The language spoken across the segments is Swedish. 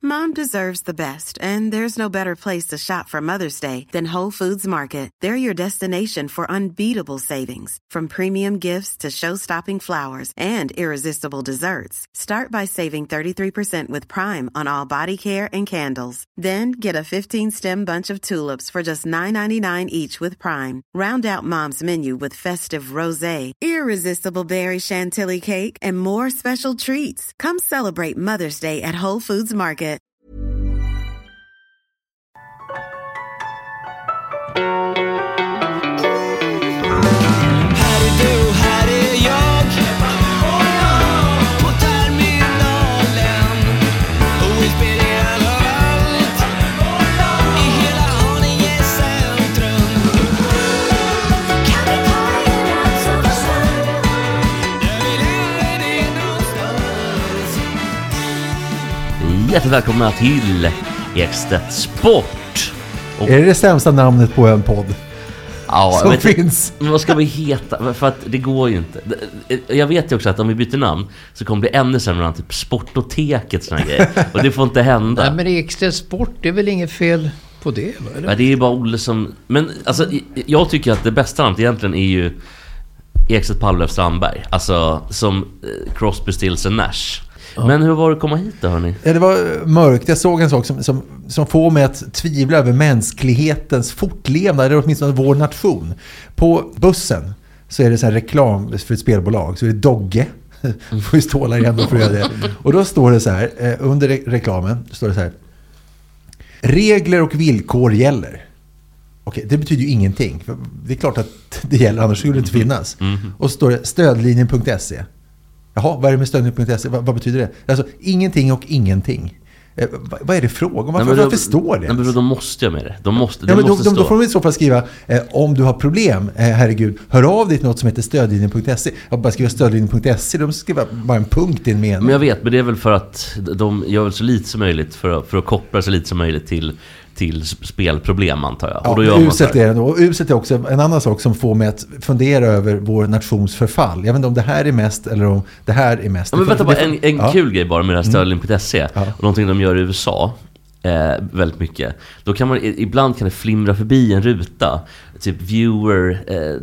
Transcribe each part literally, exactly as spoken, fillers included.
Mom deserves the best, and there's no better place to shop for Mother's Day than Whole Foods Market. They're your destination for unbeatable savings, from premium gifts to show-stopping flowers and irresistible desserts. Start by saving thirty-three percent with Prime on all body care and candles. Then get a fifteen-stem bunch of tulips for just nine ninety-nine each with Prime. Round out Mom's menu with festive rosé, irresistible berry chantilly cake, and more special treats. Come celebrate Mother's Day at Whole Foods Market. Hjärtligt välkomna till Ekstedt Sport. Och är det det sämsta namnet på en podd? Ja, som vet, finns. Men vad ska vi heta? För att det går ju inte. Jag vet ju också att om vi byter namn så kommer det bli ännu sämre namn, typ Sportoteket såna grejer. Och det får inte hända. Nej, men Ekstedt Sport, det är väl inget fel på det, eller? Ja, det är bara Olle som... Men alltså, jag tycker att det bästa namnet egentligen är ju Ekstedt Palmlöf Strandberg. Alltså som Crosby, Stills and Nash. Ja. Men hur var det att komma hit då, hörni? Ja, det var mörkt. Jag såg en sak som, som, som får mig att tvivla över mänsklighetens fortlevnad, eller åtminstone vår nation. På bussen så är det så här reklam för ett spelbolag. Så är det Dogge. Mm. Får ju stålar igen för att göra det. Och då står det så här, under reklamen står det så här: regler och villkor gäller. Okej, det betyder ju ingenting. Det är klart att det gäller, annars skulle det inte finnas. Mm. Och så står det stödlinjen punkt se. Jaha, vad är det med stödlinjen punkt se? Vad, vad betyder det? Alltså, ingenting och ingenting. Eh, vad, vad är det frågan om? Varför, varför står det? Nej, men då måste jag med det. De måste, ja, det men måste då, stå. Då får de i så fall skriva, eh, om du har problem, eh, herregud, hör av dig till något som heter stödlinjen punkt se. Jag bara skriva stödlinjen punkt se, de skriver bara en punkt i en mening. Men jag vet, men det är väl för att de gör så lite som möjligt för att, för att koppla så lite som möjligt till till spelproblem, antar jag. Ja, och då gör uselt man är det. Och uselt är också en annan sak som får mig att fundera över vår nations förfall. Jag vet inte om det här är mest eller om det här är mest. Ja, men vänta bara, en, en ja. kul grej bara med det här stödlinjen punkt se ja. Och någonting de gör i U S A eh, väldigt mycket. Då kan man, ibland kan det flimra förbi en ruta. Typ viewer,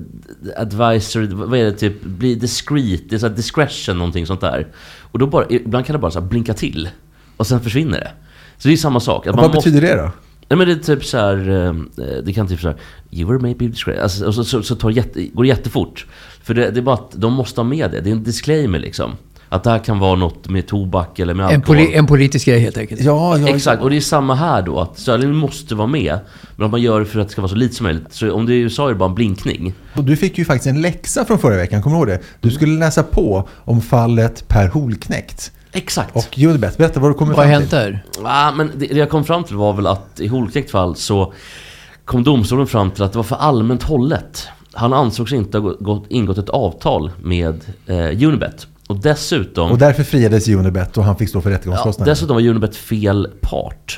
eh, advisor, vad är det? Typ bli discreet, det är så här discretion, någonting sånt där. Och då bara, ibland kan det bara så här blinka till. Och sen försvinner det. Så det är samma sak. Att vad man betyder måste, det då? Nej, men det är typ så här, det kan typ så här, you were maybe discreet. Alltså, och så, så, så tar jätte, går det jättefort. För det, det är bara att de måste ha med det. Det är en disclaimer liksom. Att det här kan vara något med tobak eller med alkohol. En, poli- en politisk grej helt enkelt. Ja, ja, exakt, och det är samma här då. Att stödlinjen måste vara med. Men om man gör det för att det ska vara så lite som möjligt. Så om det är i U S A är det bara en blinkning. Och du fick ju faktiskt en läxa från förra veckan, kommer du ihåg det? Du skulle läsa på om fallet Per Holknekt. Exakt. Och Unibet, berätta vad du kommer vad fram hänt till. där? Ja, men det, det jag kom fram till var väl att i Holknekt fall så kom domstolen fram till att det var för allmänt hållet. Han ansågs inte ha gått, ingått ett avtal med eh, Unibet. Och dessutom... Och därför friades Unibet och han fick stå för rättegångskostnader. Ja, dessutom var Unibet fel part.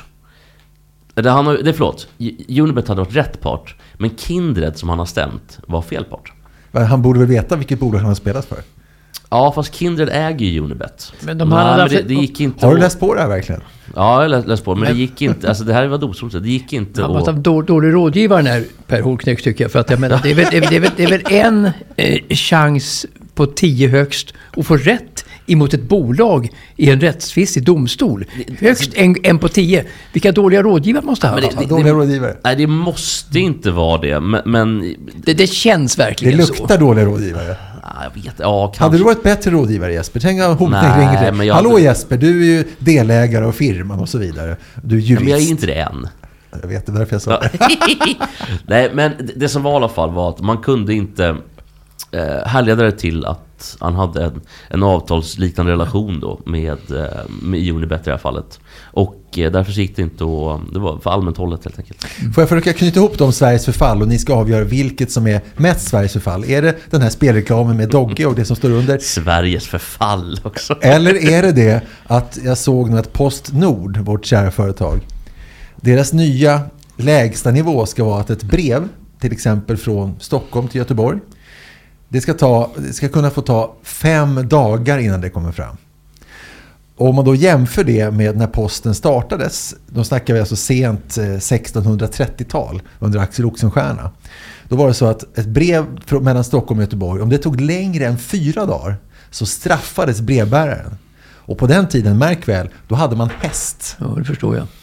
Det, han har, det är förlåt. Unibet hade varit rätt part. Men Kindred som han har stämt var fel part. Han borde väl veta vilket bolag han har spelat för. Ja, fast Kindred äger ju Unibet. Men de Nej, hade men det, det gick inte. Har du läst på det här verkligen? Ja, jag läst, läst på. Men, men det gick inte. Alltså det här var domstolen. Det gick inte. Han och... måste ha då, dålig rådgivare när Per Holknekt, tycker jag. För att jag menar, det är väl, det är väl, det är väl en eh, chans på tio högst att få rätt emot ett bolag i en rättstvist i domstol. Högst en, en på tio. Vilka dåliga rådgivare måste ha? Men det, det, dåliga rådgivare. Nej, det måste inte vara det. Men, men det, det känns verkligen så. Det luktar så. Dåliga rådgivare. Jag vet, ja, kanske. Hade du varit bättre rådgivare, Jesper? Tänk att Holknekt ringer till. Hallå hade... Jesper, du är ju delägare av firman och så vidare. Du är jurist. Men jag är inte det än. Jag vet, det är därför jag sa det. Nej, men det som var i alla fall var att man kunde inte eh, härleda det till att han hade en, en avtalsliknande relation då med, eh, med Unibet i det här fallet. Och eh, därför så gick det inte och det var för allmänt hållet helt enkelt. Får jag försöka knyta ihop dem Sveriges förfall och ni ska avgöra vilket som är mest Sveriges förfall? Är det den här spelreklamen med Dogge och det som står under? Sveriges förfall också. Eller är det det att jag såg nu att Postnord, vårt kära företag, deras nya lägsta nivå ska vara att ett brev, till exempel från Stockholm till Göteborg, det ska, ta, det ska kunna få ta fem dagar innan det kommer fram. Och om man då jämför det med när posten startades, då snackar vi alltså sent sextonhundratrettiotal under Axel Oxenstierna. Då var det så att ett brev mellan Stockholm och Göteborg, om det tog längre än fyra dagar så straffades brevbäraren. Och på den tiden, märk väl, då hade man häst. Ja, det förstår jag.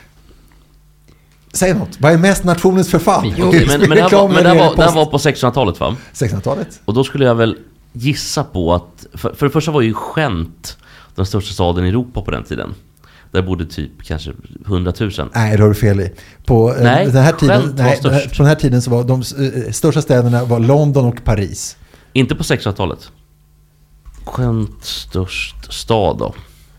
Säg något. Vad är mest nationens förfall? Jo, men, men det här var, men det här var, det här var på sextonhundratalet, va? sextonhundratalet. Och då skulle jag väl gissa på att... För, för det första var ju Gent den största staden i Europa på den tiden. Där bodde typ kanske hundratusen. Nej, det har du fel i. På, nej, den här tiden, nej, den här, på den här tiden så var de uh, största städerna var London och Paris. Inte på sextonhundratalet. Gent störst stad då.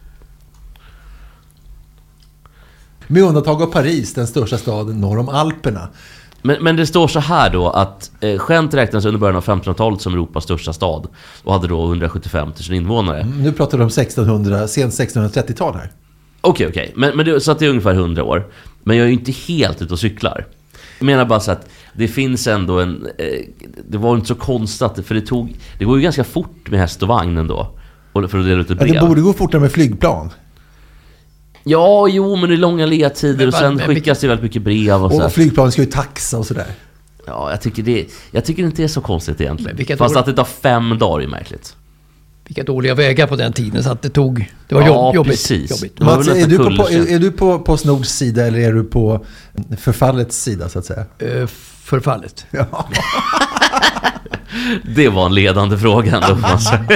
Med undantag av Paris, den största staden norr om Alperna. Men, men det står så här då att eh, Gent räknas under början av femtonhundratalet som Europas största stad och hade då hundrasjuttiofem tusen invånare. Mm, nu pratar du om sextonhundra, sent sextonhundratrettiotal här. Okej, okay, okej. Okay. Men, men det, så att det är ungefär hundra år. Men jag är ju inte helt ute och cyklar. Jag menar bara så att det finns ändå en... Eh, det var inte så konstigt, för det tog... Det går ju ganska fort med häst och vagn ändå. För att dela ut ett brev. Ja, det borde gå fortare med flygplan. Ja, jo, men det är långa ledtider men, och sen men, skickas det väldigt mycket brev och, och så. Och flygplan ska ju taxa och sådär. Ja, jag tycker det jag tycker inte det är så konstigt egentligen. Fast dåliga, att det tar fem dagar är märkligt. Vilka dåliga vägar på den tiden så att det tog... Det var ja, jobbigt. Precis. jobbigt. Mats, är, du på, är, är du på PostNords sida eller är du på förfallets sida så att säga? Uh, förfallet. Ja. Det var en ledande fråga ändå.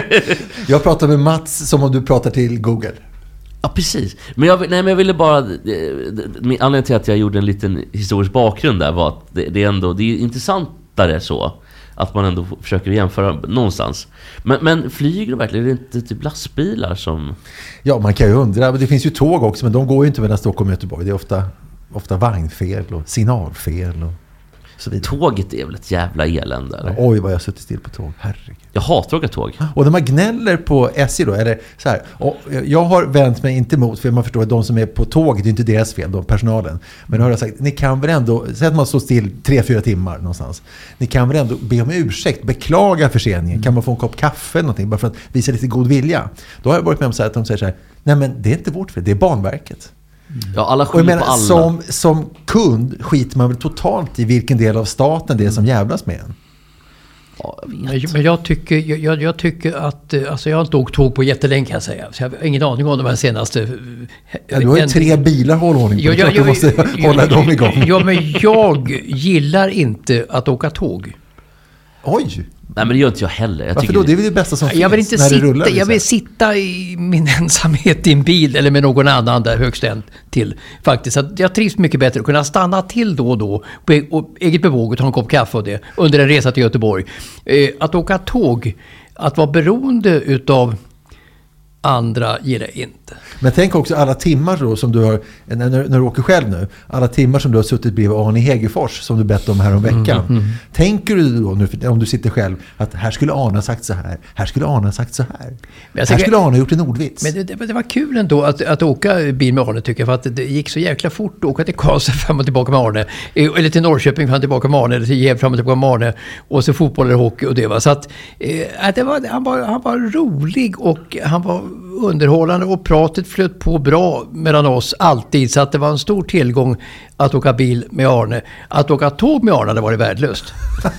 Jag pratar med Mats som om du pratar till Google. Ja, precis. Men jag, nej, men jag ville bara... Anledningen till att jag gjorde en liten historisk bakgrund där var att det, det är ändå... Det är intressantare så att man ändå försöker jämföra någonstans. Men, men flyger verkligen? Är det inte typ lastbilar som... Ja, man kan ju undra. Det finns ju tåg också, men de går ju inte mellan Stockholm och Göteborg. Det är ofta, ofta vagnfel och signalfel och så vidare. Tåget är väl ett jävla elände, eller? Ja, oj, vad jag har suttit still på tåg. Herregud. Jag hatar att åka tåg. Och när man gnäller på S J då, eller så här, och jag har vänt mig inte emot, för man förstår att de som är på tåget, det är inte deras fel, de personalen. Men då har jag sagt, ni kan väl ändå, säg att man står still tre, fyra timmar någonstans. Ni kan väl ändå be om ursäkt, beklaga förseningen. Mm. Kan man få en kopp kaffe eller någonting, bara för att visa lite god vilja. Då har jag varit med om så här, att de säger så här, nej men det är inte vårt fel, det är Banverket. Mm. Ja, alla och jag menar, på alla. Som, som kund skiter man väl totalt i vilken del av staten det är som jävlas med en. Ja, jag men jag tycker, jag, jag tycker att... Alltså jag har inte åkt tåg på jättelänge kan jag säga. Så jag har ingen aning om de här senaste... Ja, du har ju tre bilar att hålla ordning på. Ja, ja, du måste ja, hålla ja, dem igång. Ja, men jag gillar inte att åka tåg. Oj! Nej, men det gör inte jag heller. Jag Varför då? Det är väl det bästa som jag finns vill inte när sitta, det rullar. Jag vill sitta i min ensamhet i en bil eller med någon annan där högst en till. Faktiskt. Att jag trivs mycket bättre att kunna stanna till då och då på eget bevåg och ta en kopp kaffe och det under en resa till Göteborg. Att åka tåg, att vara beroende utav andra gillar jag inte. Men tänk också alla timmar då som du har, när, när du åker själv nu, alla timmar som du har suttit bredvid Arne Hegerfors som du bett om här om veckan. Mm, mm. Tänker du då nu, om du sitter själv, att här skulle Arne ha sagt så här, här skulle Arne ha sagt så här. Här tycker, skulle Arne ha gjort en ordvits. Men det, det, det var kul ändå att, att åka bil med Arne tycker jag, för att det gick så jäkla fort att åka till Karlstad fram och tillbaka med Arne, eller till Norrköping fram och tillbaka med Arne, eller till Gävle fram och tillbaka med Arne, och så fotboll eller hockey och det var. Så att, eh, det var, han, var, han var rolig och han var underhållande och pratet flöt på bra mellan oss alltid, så att det var en stor tillgång att åka bil med Arne. Att åka tåg med Arne, det var det värdelöst.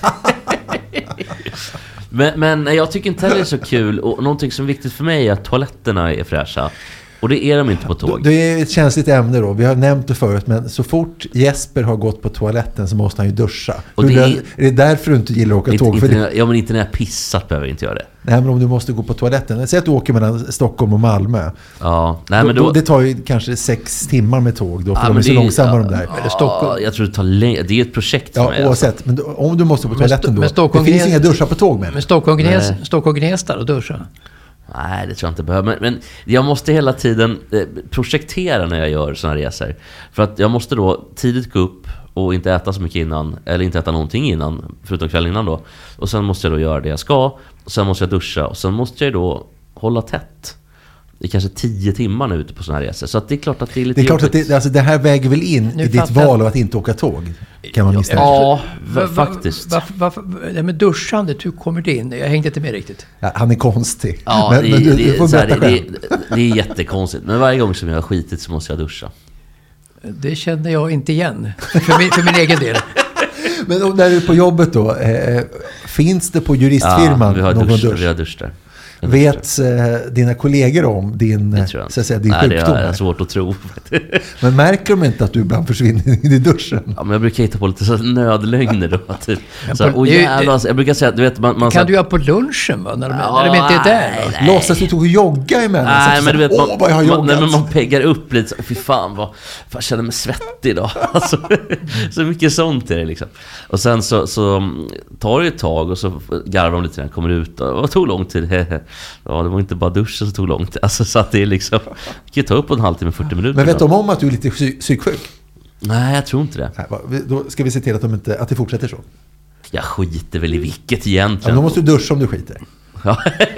men, men jag tycker inte det är så kul, och någonting som är viktigt för mig är att toaletterna är fräscha. Och det är de inte på tåg. Det är ett känsligt ämne då. Vi har nämnt det förut, men så fort Jesper har gått på toaletten så måste han ju duscha. Och det är, är det därför du inte gillar att åka inte, tåg? Inte för när, ja, men inte när jag pissat behöver jag inte göra det. Nej, men om du måste gå på toaletten. Säg att du åker mellan Stockholm och Malmö. Ja, nej, då, men då, då, det tar ju kanske sex timmar med tåg då, för ja, de är så långsamma ja, de där. Eller Stockholm. Ja, jag tror det tar längre. Det är ett projekt ja, för mig. Oavsett, alltså. men då, om du måste på toaletten men då, det finns inga duschar på tåg med. Men Stockholm gnes, Stockholm gnestar och duscha. Nej, det tror jag inte behöver. Men, men jag måste hela tiden eh, projektera när jag gör såna resor. För att jag måste då tidigt gå upp och inte äta så mycket innan. Eller inte äta någonting innan, förutom kvällen innan då. Och sen måste jag då göra det jag ska. Och sen måste jag duscha. Och sen måste jag då hålla tätt. det är kanske tio timmar nu ute på sådana här resor. Så att det är klart att det är lite Det är klart jobbigt. att det, alltså det här väger väl in Nu i ditt fattar- val av att inte åka tåg. Kan man misstänka. Ja, Va- va- faktiskt. Varför, varför, det här med duschandet, hur kommer det in? Jag hängde inte med riktigt. Ja, han är konstig. Ja, men, det, men du, det, du får så här, berätta det, själv. det, det är jättekonstigt. Men varje gång som jag har skitit så måste jag duscha. Det känner jag inte igen. För min, för min egen del. Men om- när du är på jobbet då, eh, finns det på juristfirman Ja, vi har någon dusch, dusch? vi har dusch där. Vet eh, dina kollegor om din, Det tror jag inte. så att säga, din Nej, det sjukdom? är här? svårt att tro. Men märker de inte att du ibland försvinner in i duschen? Ja, men jag brukar hitta på lite så nödlögner då. Typ. Så, på- åh det är ju- jävlar, alltså, jag brukar säga, du vet, man... man Kan så, du göra på lunchen va? När de, Ja, när de inte är där nej, va? nej. Låtsas du tog och jogga emellan? Nej, så men du att vet, säga, man, åh vad jag har man, joggat. nej, men man peggar upp lite, så, fy fan vad, jag känner mig svettig idag. Alltså, så mycket sånt är det liksom. Och sen så, så tar det ett tag och så garvar de lite när jag kommer ut. Och, vad tog lång tid? Ja, det var inte bara duschen som tog lång tid. Alltså, så att det är liksom, det kan ta upp en halvtimme, fyrtio minuter. Men vet då. de om att du är lite psy- psyksjuk? Nej, jag tror inte det. Nej, va, vi- då ska vi se till att, de inte, att det fortsätter så. Jag skiter väl i vilket Ja, egentligen. men då måste du duscha om du skiter. Ja.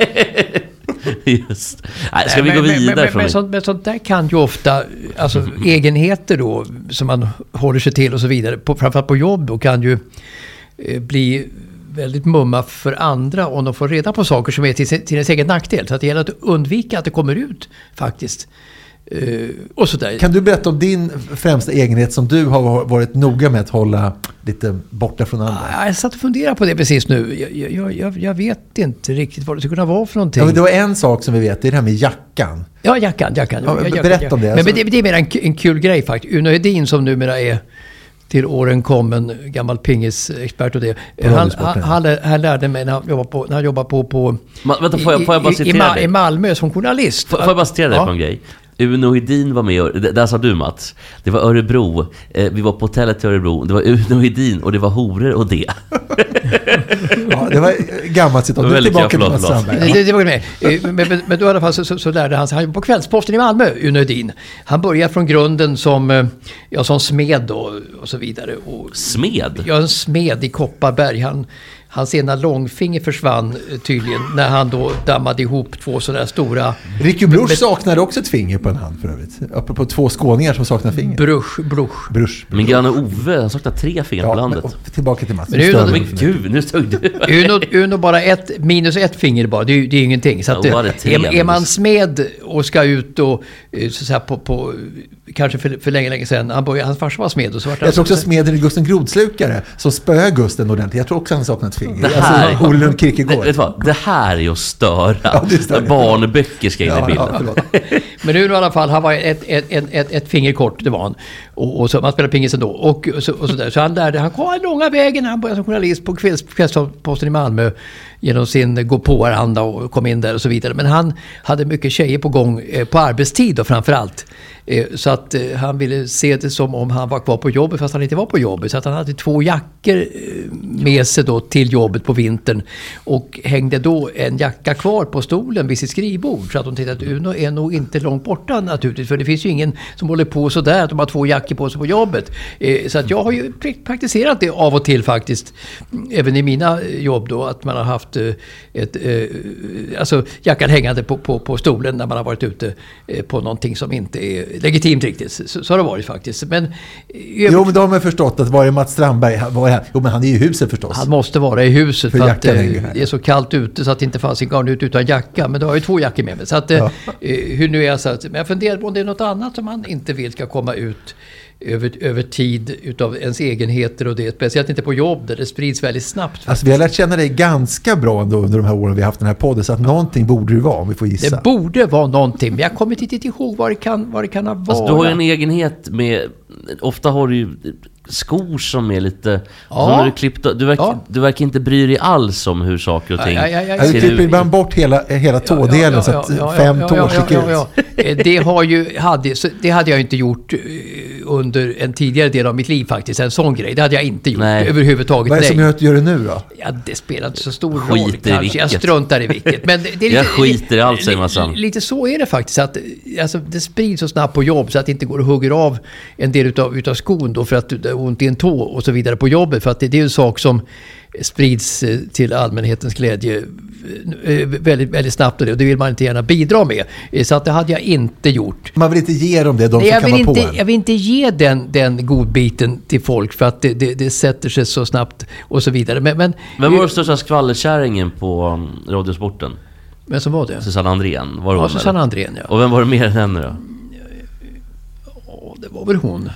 Just. Nej, ska vi men, gå men, vidare men, från men, det? sånt, men sånt där kan ju ofta, alltså egenheter då, som man håller sig till och så vidare, på, framförallt på jobb då, kan ju eh, bli väldigt mumma för andra om de får reda på saker som är till, sin- till ens egen nackdel. Så att det gäller att undvika att det kommer ut faktiskt. Eh, och sådär. Kan du berätta om din främsta egenhet som du har varit noga med att hålla lite borta från andra? Ja, Jag satt och funderade på det precis nu. Jag, jag, jag, jag vet inte riktigt vad det skulle kunna vara för någonting. Ja, men det var en sak som vi vet, det är det här med jackan. Ja, jackan, jackan. Ja, Ja, jackan, berätta jackan. om det, Men, alltså. men det, det är mer en, en kul grej faktiskt. Uno Hedin som numera är till åren kommen gammal pingisexpert och det. Han, han, radiosporten. han, lär- han lärde mig när han jobbade på, när han jobbade på, på Ma, vänta, får jag, får jag bara i, i, citera Ma- dig? i Malmö som journalist. Får, får jag bara citera dig Ja. på en grej? Uno Hedin var med, och, det- där sa du Mats. Det var Örebro, eh, vi var på hotellet i Örebro. Det var Uno Hedin och det var horor och det. Ja, det var ett gammalt citat. Det var Nu väldigt tillbaka till kul, Mats förlåt, Strandberg. Det, det, det var med. Eh, Men, men, men då i alla fall så, så, så lärde han sig, han jobbade på Kvällsposten i Malmö, Uno Hedin. Han började från grunden som, eh, ja, som smed då och så vidare. Och, Smed? ja, en smed i Kopparberg. Han, hans ena långfinger försvann eh, tydligen när han då dammade ihop två sådana stora Ricky Bruch saknade också ett finger på en hand för övrigt. Apropå två skåningar som saknar finger. brusch, brusch. Bruch. Min granne Ove, han saknar tre fingrar på Ja, landet. men, och tillbaka till Mats. Men det är ju Nu stör något- vi Men inte. gud, nu stod du. Uno, Uno bara ett, minus ett finger bara, det är ju det är ingenting. Så att, Ja, var det tre är, är man minus? smed och ska ut och eh, så att säga, på, på, kanske för, för länge, länge sedan, han började, hans farsa var smed och så vart Jag tror också smeden i Gusten Grodslukare som spöar Gusten ordentligt. Jag tror också han saknar ett finger. Det här- Alltså, Ole Lund Kierkegaard. Det, vet du vad? Det här är ju att störa. Ja, det stör. Barnböcker ska in i Ja, bilden. ja, förlåt. Men nu i alla fall, han var ett, ett, ett, ett, ett finger kort, det var han. Och, och så, man spelade pingis ändå. Och, och, så, och så, där. Så han lärde, han kom långa vägen, han började som journalist på kvälls, Kvällsposten i Malmö genom sin gå-på-anda och kom in där och så vidare. Men han hade mycket tjejer på gång eh, på arbetstid då framförallt. Eh, så att eh, han ville se det som om han var kvar på jobbet fast han inte var på jobbet. Så att han hade två jackor eh, med sig då till jobbet på vintern. Och hängde då en jacka kvar på stolen vid sitt skrivbord. Så att de tänkte att Uno är nog inte långt borta naturligtvis. För det finns ju ingen som håller på så där att de har två jackor på sig på jobbet. Eh, så att jag har ju prak- praktiserat det av och till faktiskt. Även i mina jobb då. Att man har haft eh, ett, eh, alltså jackan hängande på, på, på stolen när man har varit ute eh, på någonting som inte är legitimt riktigt. Så, så har det varit faktiskt. Men, eh, Jo, men då har man förstått att var är Mats Strandberg? Var är han? Jo, men han är i huset förstås. Han måste vara i huset För för, att jackan eh, hänger här. det är så kallt ute så att det inte fanns en garn ut utan jacka. Men då har jag ju två jackor med mig. Så att, eh, Ja. eh, hur nu är jag så att, men jag funderar på om det är något annat som man inte vill ska komma ut över, över tid utav ens egenheter och det. Speciellt inte på jobb där det sprids väldigt snabbt. Alltså, vi har lärt känna dig ganska bra ändå under de här åren vi har haft den här podden. Så att någonting borde det vara om vi får gissa. Det borde vara någonting, men jag kommer inte ihåg vad det kan, vad det kan ha varit. Alltså, du har ju en egenhet med... Ofta har du ju skor som är lite... Ja. Som när du, klippt, du, verkar, Ja. du verkar inte bry dig alls om hur saker och ting Ja, ja, ja, ja. Alltså, du ser klipper ut. ibland bort hela, hela tådelen så att fem tår sticker ut. ja, ja. Eh, Det har ju, hade, så det hade jag inte gjort eh, under en tidigare del av mitt liv faktiskt. En sån grej, det hade jag inte gjort Nej. överhuvudtaget. Vad är det som nej. gör att du gör det nu då? Ja, det spelar inte så stor Skiter roll i kanske. Jag vilket. struntar i vilket. Men det, det är lite, Jag skiter i allt, säger man sen. Lite så är det faktiskt. Att, alltså, det sprids så snabbt på jobb så att det inte går att hugga av en del utav, utav skon då för att det är ont i en tå och så vidare på jobbet. För att det, det är en sak som sprids till allmänhetens glädje väldigt, väldigt snabbt, och det, och det vill man inte gärna bidra med. Så att det hade jag inte gjort. Man vill inte ge dem det, de Nej, som kan vara inte, på en. Jag vill inte ge den, den godbiten till folk för att det, det, det sätter sig så snabbt och så vidare. Men, men, Vem var den största skvallerkärringen på Radiosporten? Men som var det? Susanne Andrén. Var det ja, hon, Susanne eller? Andrén, ja. Och vem var det mer än henne då? Ja, det var väl hon.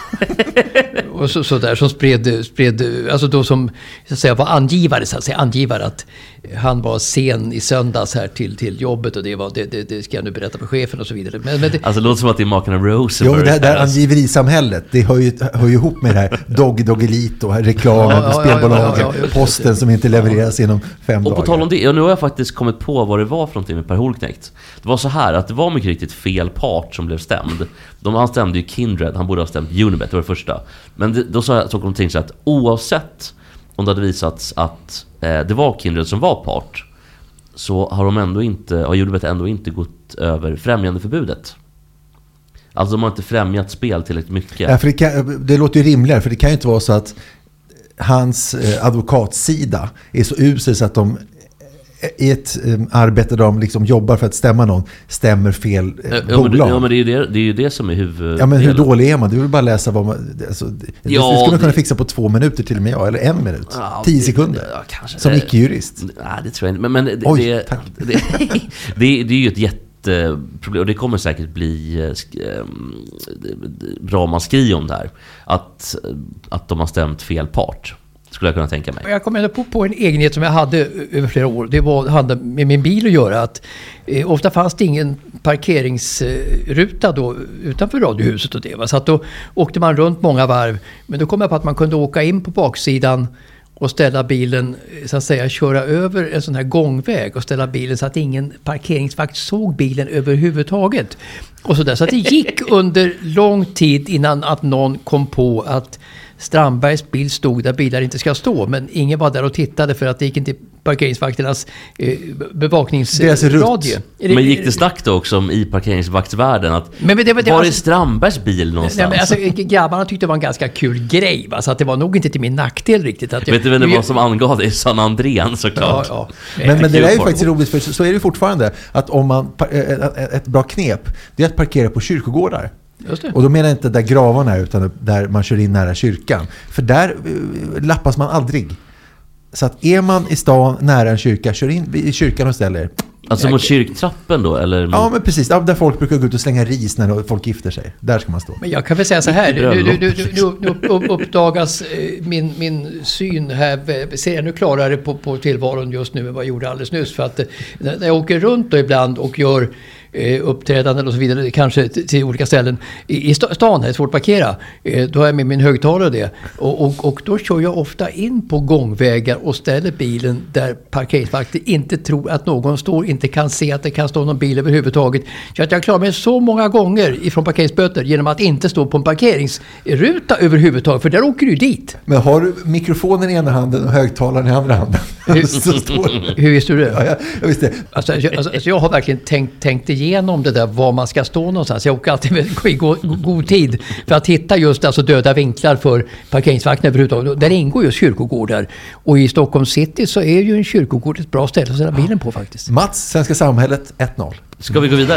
Och så, så där som spred, spred, alltså då som så att säga, var angivare, så att säga, angivare att han var sen i söndags här till, till jobbet, och det, var, det, det, det ska jag nu berätta för chefen och så vidare. Men, men det, alltså det låter som att det är makarna Rosenberg. Jo, det här, det här angiverisamhället, det hör ju, hör ju ihop med det här Dog Doggelito, reklamen, Ja, ja, spelbolagen, ja, ja, ja, ja, posten som inte levereras inom fem Och dagar. på tal om det, ja, nu har jag faktiskt kommit på vad det var för någonting med Per Holknekt. Det var så här att det var mycket riktigt fel part som blev stämd. De, han stämde ju Kindred, han borde ha stämt Unibet, det var det första. Men det, då sa jag så någonting så att oavsett om det hade visats att eh, det var Kindred som var part, så har de ändå inte, har Unibet ändå inte gått över främjandeförbudet. Alltså de har inte främjat spel tillräckligt mycket. Ja, för det, kan, det låter ju rimligare, för det kan ju inte vara så att hans eh, advokatsida är så usel så att de i ett um, arbete där de liksom jobbar för att stämma någon, stämmer fel eh, ja, bolag. Men, ja, men det är ju det, det, är ju det som är huvud. Ja, men hur dålig är man? Du vill bara läsa vad man... Alltså, det, Ja, det skulle man kunna det, fixa på två minuter till och med, ja, eller en minut. Ja, Tio det, sekunder. Ja, kanske. Som icke-jurist. Nej, det tror jag inte. Men, men det, Oj, det, tack. det, det, det, det är ju ett jätteproblem, och det kommer säkert bli äh, ramaskri om det här. Att, att de har stämt fel part. Skulle jag kunna tänka mig. Jag kommer ändå på, på en egenhet som jag hade över flera år. Det var, hade med min bil att göra. Att, eh, ofta fanns det ingen parkeringsruta då, utanför radiohuset och det. Va? Så att då åkte man runt många varv. Men då kom jag på att man kunde åka in på baksidan och ställa bilen, så att säga, köra över en sån här gångväg och ställa bilen så att ingen parkeringsvakt såg bilen överhuvudtaget. Och så där. Så att det gick under lång tid innan att någon kom på att Strandbergs bil stod där bilar inte ska stå, men ingen var där och tittade för att det gick inte parkeringsvakternas eh, bevakningsradie. Men gick det snack då också om i parkeringsvaktsvärlden att men, men det, det, var alltså, är Strandbergs bil någonstans? Nej, men alltså, grabbarna tyckte det var en ganska kul grej, va? Så att det var nog inte till min nackdel riktigt. Att jag, vet du vem det var som angav det? Susanne Andrén, såklart. Ja, ja. Men, men det är ju faktiskt roligt, för så är det fortfarande att om man, ett bra knep, det är att parkera på kyrkogårdar. Just det. Och då menar jag inte där gravarna är, utan där man kör in nära kyrkan. För där uh, lappas man aldrig. Så att är man i stan nära en kyrka, kör in i kyrkan och ställer. Alltså mot kyrktrappen då? Eller mot... Ja, men precis. Där folk brukar gå ut och slänga ris när folk gifter sig. Där ska man stå. Men jag kan väl säga så här. Nu, nu, nu, nu, nu uppdagas min, min syn här. Ser jag nu klarare på, på tillvaron just nu än vad jag gjorde alldeles nyss. För att när jag åker runt då ibland och gör uppträdanden och så vidare, kanske till, till olika ställen i stan här, är svårt att parkera, då har jag med min högtalare det, och, och, och då kör jag ofta in på gångvägar och ställer bilen där parkeringsvakter inte tror att någon står, inte kan se att det kan stå någon bil överhuvudtaget. Så att jag klarar mig så många gånger ifrån parkeringsböter genom att inte stå på en parkeringsruta överhuvudtaget, för där åker du dit. Men har du mikrofonen i ena handen och högtalaren i andra handen? Hur, hur visste du det? Ja, jag, jag visste. Alltså, jag, alltså, jag har verkligen tänkt, tänkt igenom det där, var man ska stå någonstans. Jag åker alltid med i god, god tid för att hitta just alltså döda vinklar för parkeringsvakter överhuvudtaget. Där ingår ju kyrkogårdar. Och i Stockholm city så är ju en kyrkogård ett bra ställe att ställa bilen på faktiskt. Mats, Svenska samhället ett noll. Ska vi gå vidare?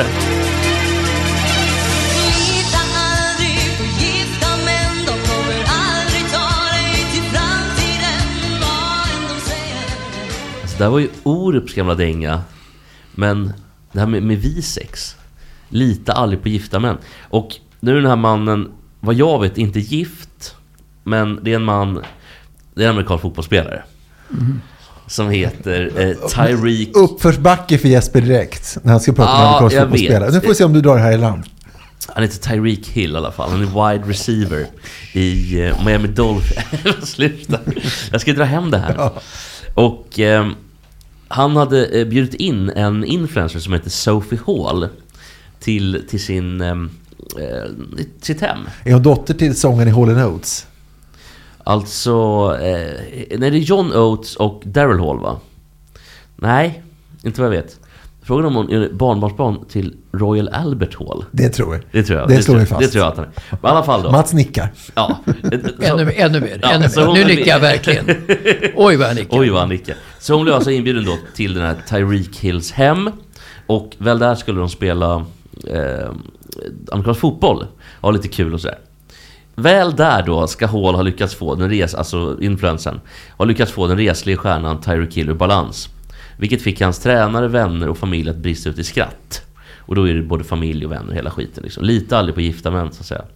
Det här var ju Orups gamla dänga. Men det här med, med V-sex, lita aldrig på gifta män. Och nu är den här mannen, vad jag vet, inte gift. Men det är en man, det är en amerikansk fotbollsspelare. Mm. Som heter eh, Tyreek. Uppförsbacke för Jesper direkt när han ska prata ja, med amerikansk fotbollsspelare. Nu får vi se om du drar det här i land. Han heter Tyreek Hill i alla fall. Han är wide receiver i eh, Miami Dolphins. Sluta. Jag ska dra hem det här. Ja. Och eh, han hade eh, bjudit in en influencer som heter Sophie Hall till, till sin, eh, sitt hem. Är hon dotter till sången i Hall and Oates? Alltså, eh, nej, det är John Oates och Daryl Hall, va? Nej, inte vad jag vet. Frågan om hon är barnbarnsbarn till Royal Albert Hall. Det tror jag. Det tror jag. Det, det slår tror, vi fast. Det tror jag att han är. Men i alla fall då. Mats nickar. Ja. ännu, ännu mer. Ja, ännu mer. Nu hon, nickar jag verkligen. Oj vad jag nickar. Oj vad han nickar. Så hon blev alltså inbjuden då till den här Tyreek Hills hem. Och väl där skulle de spela eh, amerikansk fotboll. Ha lite kul och sådär. Väl där då ska Hall ha lyckats få den res, alltså influensen, har lyckats få den resliga stjärnan Tyreek Hill ur balans. Vilket fick hans tränare, vänner och familj att brista ut i skratt. Och då är det både familj och vänner hela skiten liksom. Lite aldrig på gifta män så att säga.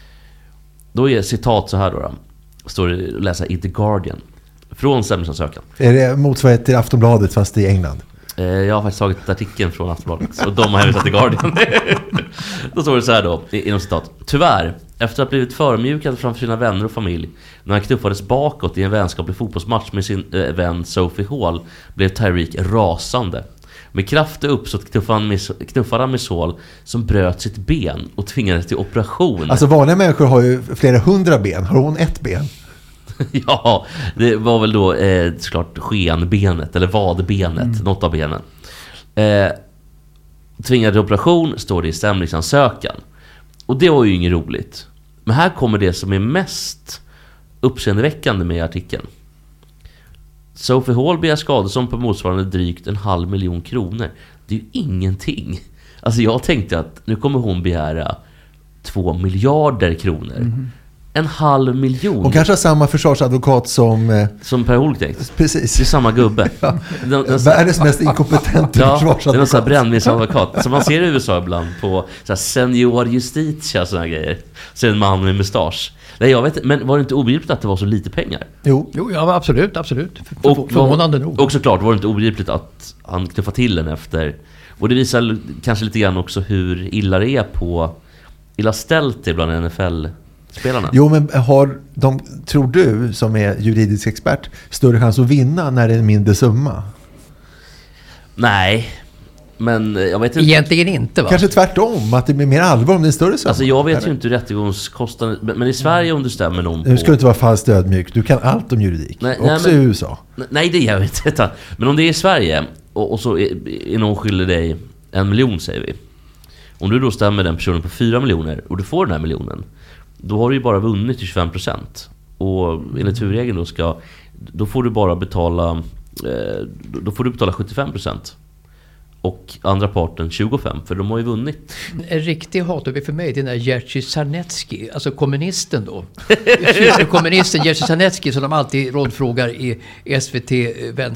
Då är citat så här då, då. Står det att läsa i The Guardian. Från stämningsansökan. Är det motsvarighet till Aftonbladet fast i England? Jag har faktiskt tagit artikeln från Aftonbladet. Och de har hänvisat till Guardian. Då står det så här då, inom citat. Tyvärr, efter att ha blivit förmjukad framför sina vänner och familj, när han knuffades bakåt i en vänskaplig fotbollsmatch med sin äh, vän Sophie Hall, blev Tyreek rasande. Med kraft och uppsåt knuffade han med, knuffade han med Hall, som bröt sitt ben och tvingades till operation. Alltså vanliga människor har ju flera hundra ben. Har hon ett ben? Ja, det var väl då eh, såklart skenbenet eller vadbenet, mm. något av benen. Eh, tvingade till operation, står det i stämningsansökan. Och det var ju inget roligt. Men här kommer det som är mest uppseendeväckande med artikeln. Sophie Hall begär skadestånd på motsvarande drygt en halv miljon kronor. Det är ju ingenting. Alltså jag tänkte att nu kommer hon begära två miljarder kronor. Mm. En halv miljon. Hon kanske har samma försvarsadvokat som... Eh, som Per Holknekt. Precis. Det är samma gubbe. Ja. Den, den, Världens mest inkompetenta ja, försvarsadvokat. Det är någon sån här brännvinsadvokat som man ser i U S A ibland på så här senior justitia och såna grejer. Så en man med mustasch. Nej, jag vet, men var det inte obegripligt att det var så lite pengar? Jo, jo ja, absolut, absolut. För, och förvånande nog. Och såklart var det inte obegripligt att han knuffade till den efter. Och det visar kanske lite grann också hur illa det är på illa ställt det bland N F L-spelarna. Jo, men har de, tror du som är juridisk expert, större chans att vinna när det är en mindre summa? Nej, men jag vet inte. Egentligen inte, va? Kanske tvärtom, att det blir mer allvar om det är en större summa. Alltså jag vet ju inte rättegångskostnaden, men, men i Sverige om du stämmer någon på... Nu ska du inte vara falskt ödmjuk, du kan allt om juridik. Nej, också nej, men, i U S A. Nej, det gör jag inte. Men om det är i Sverige och, och så är, är någon skyldig dig en miljon, säger vi. Om du då stämmer den personen på fyra miljoner och du får den här miljonen, då har du ju bara vunnit till tjugofem procent. Och enligt huvudregeln då ska, då får du bara betala eh, då får du betala sjuttiofem procent. Och andra parten tjugofem, för de har ju vunnit. En riktig hatobjekt för mig, det är den där Jerzy Sarnecki, alltså kommunisten då. Kommunisten Jerzy Sarnecki som de alltid rådfrågar i S V T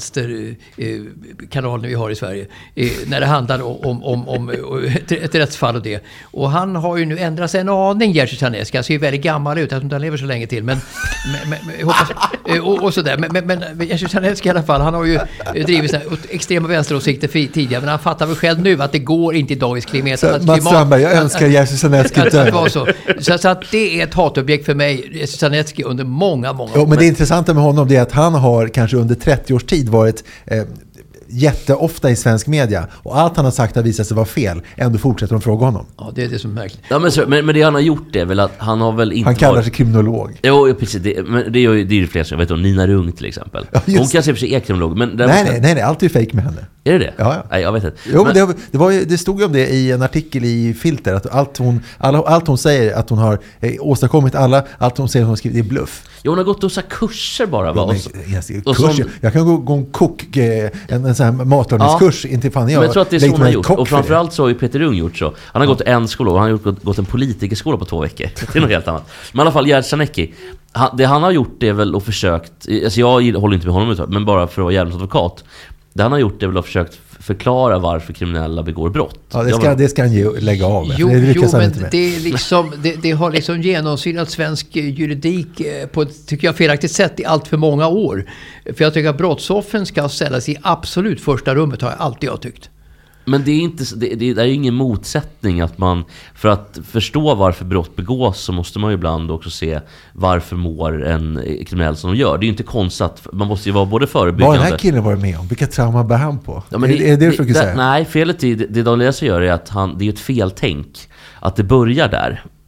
vänsterkanalen vi har i Sverige. När det handlar om, om, om ett, ett rättsfall och det. Och han har ju nu ändrat sig en aning, Jerzy Sarnecki. Han ser ju väldigt gammal ut, jag tror inte han lever så länge till. Men, men, men hoppas, och, och sådär. Men, men, men Jerzy Sarnecki i alla fall, han har ju drivit sådana extrema vänsteråsikter tidigare. Men han fattar väl själv nu att det går inte i dagens klimat. Så, Mats Strandberg, jag önskar Jerzy Sarnecki dö. Så, så, så att det är ett hatobjekt för mig, Jerzy Sarnecki, under många, många år. Jo, men det intressanta med honom är att han har kanske under trettio års tid varit eh, jätteofta i svensk media. Och allt han har sagt har visat sig vara fel. Ändå fortsätter de fråga honom. Ja, det är det som är märkligt. Ja, men, så, men, men det han har gjort är väl att han har väl inte Han kallar varit... sig kriminolog. Jo, precis. Det, men det är ju det är ju fler som jag vet om. Nina Rung till exempel. Ja, hon kanske i och för sig är kriminolog. Men nej, nej, nej, nej. Allt är fake med henne. Är det det? Ja, ja. Nej, jag vet inte. Jo, men, men det, det, var ju, det stod ju om det i en artikel i Filter. Att allt hon, alla, allt hon säger att hon har eh, åstadkommit, alla, allt hon säger att hon har skrivit, det är bluff. Jo, hon har gått och så kurser bara. Va? Jo, men, jag, jag, och kurs, som, jag kan gå, gå en kok, en, en sån här matlagningskurs. Ja. Inte fan jag, men jag tror att det är så hon har gjort. Och framförallt så har ju Peter Rung gjort så. Han har ja. gått en skola och han har gått, gått en politikerskola på två veckor. Det är något helt annat. Men i alla fall Jerzy Sarnecki. Han, det han har gjort är väl och försökt, alltså jag håller inte med honom, men bara för att vara jävligt advokat. Det han har gjort är väl att försökt förklara varför kriminella begår brott. Ja, det ska, var... det ska han ju lägga av med. Jo, det jo men det, är liksom, det, det har liksom genomsyrat svensk juridik på ett, tycker jag, felaktigt sätt i allt för många år. För jag tycker att brottsoffren ska ställas i absolut första rummet, har jag alltid jag tyckt. Men det är inte det, det är ju ingen motsättning att man, för att förstå varför brott begås, så måste man ju ibland också se varför mår en kriminell som de gör. Det är ju inte konstigt att man måste ju vara både förebyggande. Vad den här killen varit med om? Vilka trauma bär han på? Ja, men det, är, är det, det du försöker det, säga? Nej, felet är, det, det Daniel Lasse gör är att han, det är ett feltänk att det börjar där.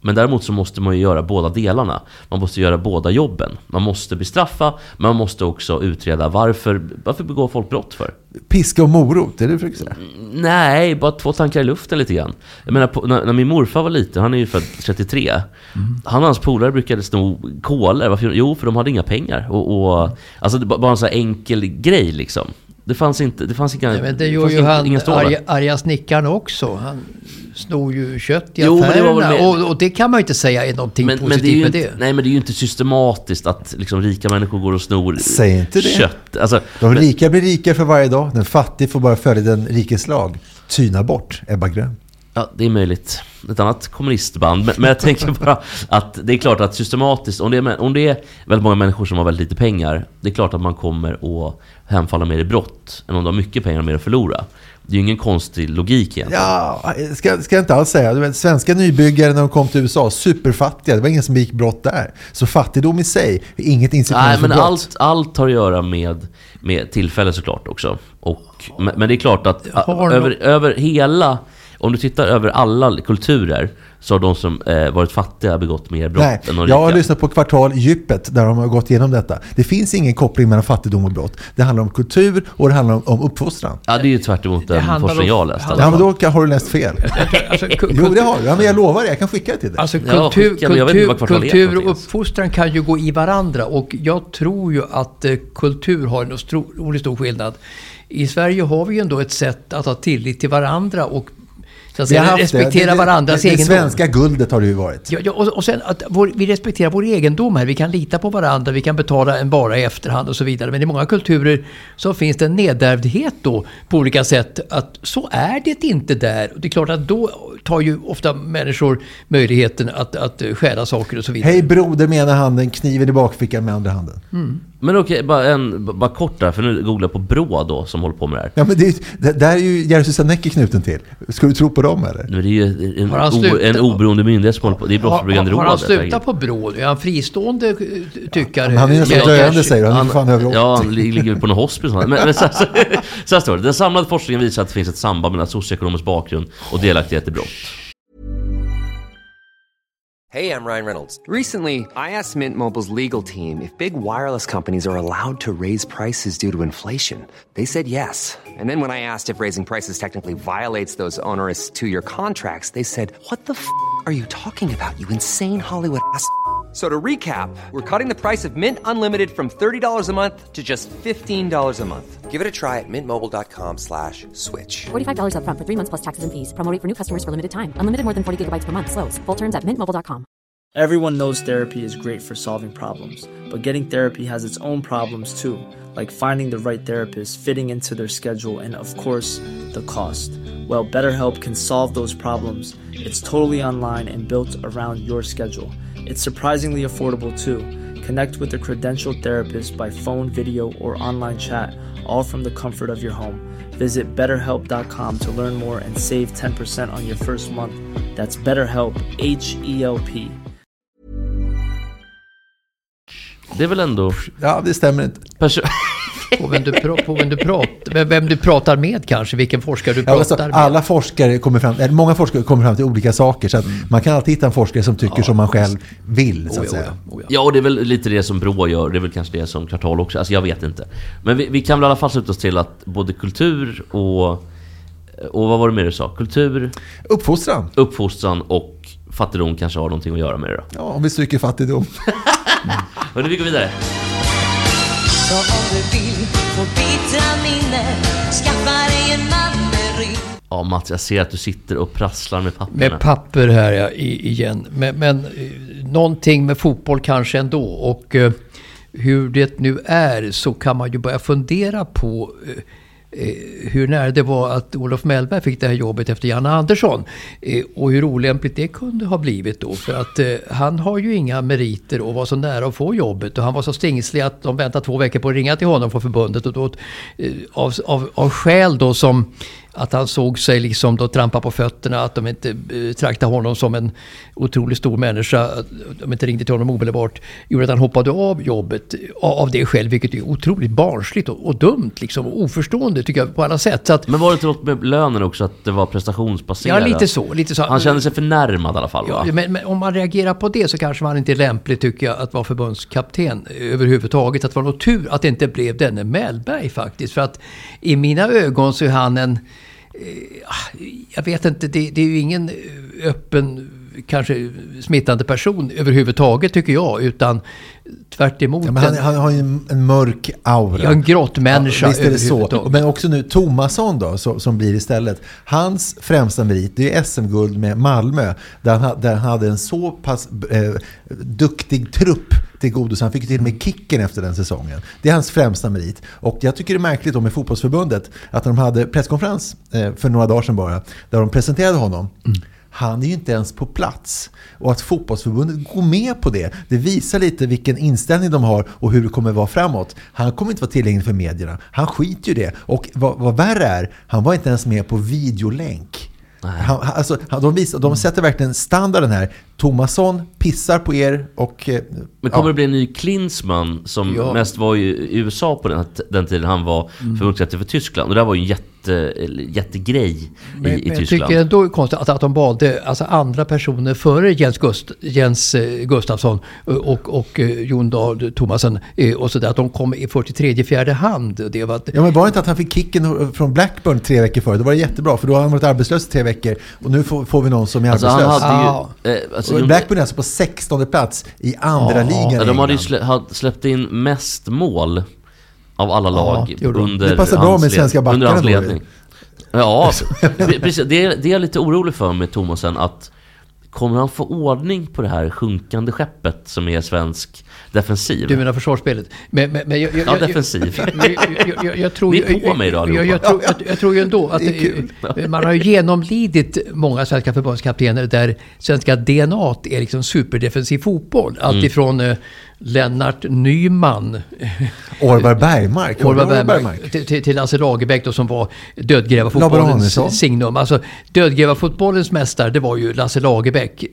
Men däremot så måste man ju göra båda delarna. Man måste göra båda jobben. Man måste bestraffa, men man måste också utreda varför, varför begår folk brott för. Piska och morot, är det det du försöker säga? Nej, bara två tankar i luften lite grann. Jag menar, på, när, när min morfar var liten, han är ju född trettiotre. Mm. Han och hans polare brukade sno kolor. Varför? Jo, för de hade inga pengar. Och, och, alltså det var bara en så här enkel grej liksom. Det fanns inte, det fanns inga, ja, men det gör ju han arga, arga snickaren också. Han snor ju kött i jo, affärerna. Det och, och det kan man ju inte säga är någonting men, positivt men det är med inte, det. Nej, men det är ju inte systematiskt att liksom, rika människor går och snor Säg inte det. Kött. Alltså, de men, rika blir rikare för varje dag. Den fattig får bara följa den rikes lag. Tyna bort, Ebba Grön. Ja, det är möjligt. Ett annat kommunistband. Men, men jag tänker bara att det är klart att systematiskt, om det, är, om det är väldigt många människor som har väldigt lite pengar, det är klart att man kommer att hemfalla mer i brott än om de har mycket pengar och mer att förlora. Det är ju ingen konstig logik egentligen. Ja, ska, ska jag inte alls säga. Du vet, svenska nybyggare när de kom till U S A, superfattiga. Det var ingen som gick brott där. Så fattigdom i sig, inget incitament Nej, men för brott. allt, allt har att göra med, med tillfälle såklart också. Och, men, men det är klart att över, över hela... Om du tittar över alla kulturer så har de som eh, varit fattiga begått mer brott Nej, än de jag har rika. lyssnat på Kvartal Djupet där de har gått igenom detta. Det finns ingen koppling mellan fattigdom och brott. Det handlar om kultur och det handlar om, om uppfostran. Ja, det är ju tvärt emot den forskning jag läst. Ja, men då har du läst fel. Alltså, jo, det har du. Ja, men jag lovar det. Jag kan skicka det till dig. Alltså, ja, kultur, skicka, kultur, kultur och uppfostran kan ju gå i varandra. Och jag tror ju att eh, kultur har en otroligt stor skillnad. I Sverige har vi ju ändå ett sätt att ha tillit till varandra och så att säga, respektera det, varandras det, det, egendom. Det svenska guldet har det ju varit. Ja, ja, och, och sen att vår, vi respekterar vår egendom här. Vi kan lita på varandra, vi kan betala en vara i efterhand och så vidare. Men i många kulturer så finns det en nedärvdhet då på olika sätt. Att så är det inte där. Och det är klart att då tar ju ofta människor möjligheten att, att stjäla saker och så vidare. Hej broder med ena handen, kniven i bakfickan med andra handen. Mm. Men okej, bara, en, bara kort där, för nu googlar jag på Brå då som håller på med det här. Ja, men det, det, där är ju Jerzy Sarnecki knuten till. Ska du tro på dem eller? Nu är det ju en, o, en oberoende myndighet som håller på. Det är brottsförebyggande råd. Har han slutat på Brå? Är han fristående tyckare? Ja, han är nästan döende, säger han. Han, han ja, han ligger på någon hospice. Men, men så, så, så här står det. Den samlade forskningen visar att det finns ett samband mellan socioekonomisk bakgrund och delaktighet i brott. Hey, I'm Ryan Reynolds. Recently, I asked Mint Mobile's legal team if big wireless companies are allowed to raise prices due to inflation. They said yes. And then when I asked if raising prices technically violates those onerous two-year contracts, they said, what the f*** are you talking about, you insane Hollywood ass f- So to recap, we're cutting the price of Mint Unlimited from thirty dollars a month to just fifteen dollars a month. Give it a try at mintmobile.com slash switch. forty-five dollars up front for three months plus taxes and fees. Promo rate for new customers for limited time. Unlimited more than forty gigabytes per month. Slows full terms at mint mobile dot com. Everyone knows therapy is great for solving problems, but getting therapy has its own problems too, like finding the right therapist, fitting into their schedule, and of course, the cost. Well, BetterHelp can solve those problems. It's totally online and built around your schedule. It's surprisingly affordable too. Connect with a credentialed therapist by phone, video, or online chat, all from the comfort of your home. Visit better help dot com to learn more and save ten percent on your first month. That's BetterHelp, H E L P. Det är väl ändå... Ja, det stämmer inte. Perso- på vem du, pra- på vem du, pratar, vem du pratar med kanske, vilken forskare du ja, pratar alltså, med. Alla forskare kommer fram, eller många forskare kommer fram till olika saker, så att mm. man kan alltid hitta en forskare som tycker ja, som man själv vill, så att oh, säga. Oh, oh, ja. ja, och det är väl lite det som Brå gör, det är väl kanske det som Kvartal också, alltså jag vet inte. Men vi, vi kan väl i alla fall sluta oss till att både kultur och, och vad var det mer du sa? Kultur, uppfostran. Uppfostran och fattigdom kanske har någonting att göra med det då. Ja, om vi stryker fattigdom. mm. Hörde vi går vidare. Så om du vill få bita minne, skaffa dig en mammeri. Ja, Mats, jag ser att du sitter och prasslar med papperna. Med papper här ja, i, igen. Men, men någonting med fotboll kanske ändå. Och eh, hur det nu är så kan man ju börja fundera på eh, hur nära det var att Olof Mellberg fick det här jobbet efter Janne Andersson. Eh, och hur olämpligt det kunde ha blivit då. För att eh, han har ju inga meriter och var så nära att få jobbet. Och han var så stingslig att de väntade två veckor på att ringa till honom från förbundet. Och då, eh, av, av, av skäl då som att han såg sig liksom då trampa på fötterna, att de inte eh, traktade honom som en otroligt stor människa, att de inte ringde till honom omedelbart, gjorde att han hoppade av jobbet av det själv, vilket är otroligt barnsligt och, och dumt liksom, och oförstående tycker jag på alla sätt. Så att, men var det inte något med lönen också, att det var prestationsbaserat? Ja, lite så. Lite så. Han kände sig förnärmad i alla fall, ja, va? men, men om man reagerar på det så kanske man inte är lämplig, tycker jag, att vara förbundskapten överhuvudtaget. Att det var något tur att det inte blev denne Mellberg faktiskt. För att i mina ögon så är han en... Eh, jag vet inte, det, det är ju ingen öppen, kanske smittande person överhuvudtaget tycker jag, utan tvärt emot. Ja, men han, han har ju en, en mörk aura. Ja, en grottmänniska. Ja, visst är det så. Men också nu Tomasson då, så, som blir istället. Hans främsta merit, det är S M-guld med Malmö, där han, där han hade en så pass eh, duktig trupp till godo, så han fick till och med kicken efter den säsongen. Det är hans främsta merit. Och jag tycker det är märkligt då med fotbollsförbundet att de hade presskonferens eh, för några dagar sedan bara, där de presenterade honom. Mm. Han är ju inte ens på plats. Och att fotbollsförbundet går med på det, det visar lite vilken inställning de har och hur det kommer vara framåt. Han kommer inte vara tillgänglig för medierna. Han skiter ju det. Och vad, vad värre är, han var inte ens med på videolänk. Han, alltså, de, visar, de sätter verkligen standarden här. Tomasson pissar på er och... Men kommer ja. det bli en ny Klinsmann som ja. mest var i U S A på den, den tiden han var mm. förbundskapten för Tyskland. Och det var ju en jätte, jättegrej men, i, i men Tyskland. Jag tycker ändå konstigt att, att de valde alltså andra personer före Jens, Gust, Jens Gustafsson och, och Jon Dahl Tomasson och så där, att de kom i fyrtiotre fjärde hand. Det var att, ja, men var det inte att han fick kicken från Blackburn tre veckor före? Det var jättebra, för då har han varit arbetslös i tre veckor och nu får, får vi någon som är alltså, arbetslös. Han hade ju, ah. eh, alltså, Blackburn är alltså på sextonde plats i andra ah. ligan. Ja, de hade ju slä, släppt in mest mål av alla lag ja, under det passar bra med svenska backarna. Ja, precis. Det är, det är jag lite orolig för med Tomasen, att kommer han få ordning på det här sjunkande skeppet som är svensk defensiv? Du menar försvarsspelet? Men, men, men jag, jag, ja, defensiv. Jag, jag, jag, jag tror det är på mig då, jag, jag, tror, jag, jag tror ju ändå att det, man har genomlidit många svenska förbundskaptener där svenska D N A är liksom superdefensiv fotboll. Allt mm. ifrån uh, Lennart Nyman, Orvar Bergmark, Orvar Bergmark till, till, till Lasse Lagerbäck då, som var dödgrävarfotbollens signum. Alltså dödgrävarfotbollens mästare, det var ju Lasse Lagerbäck.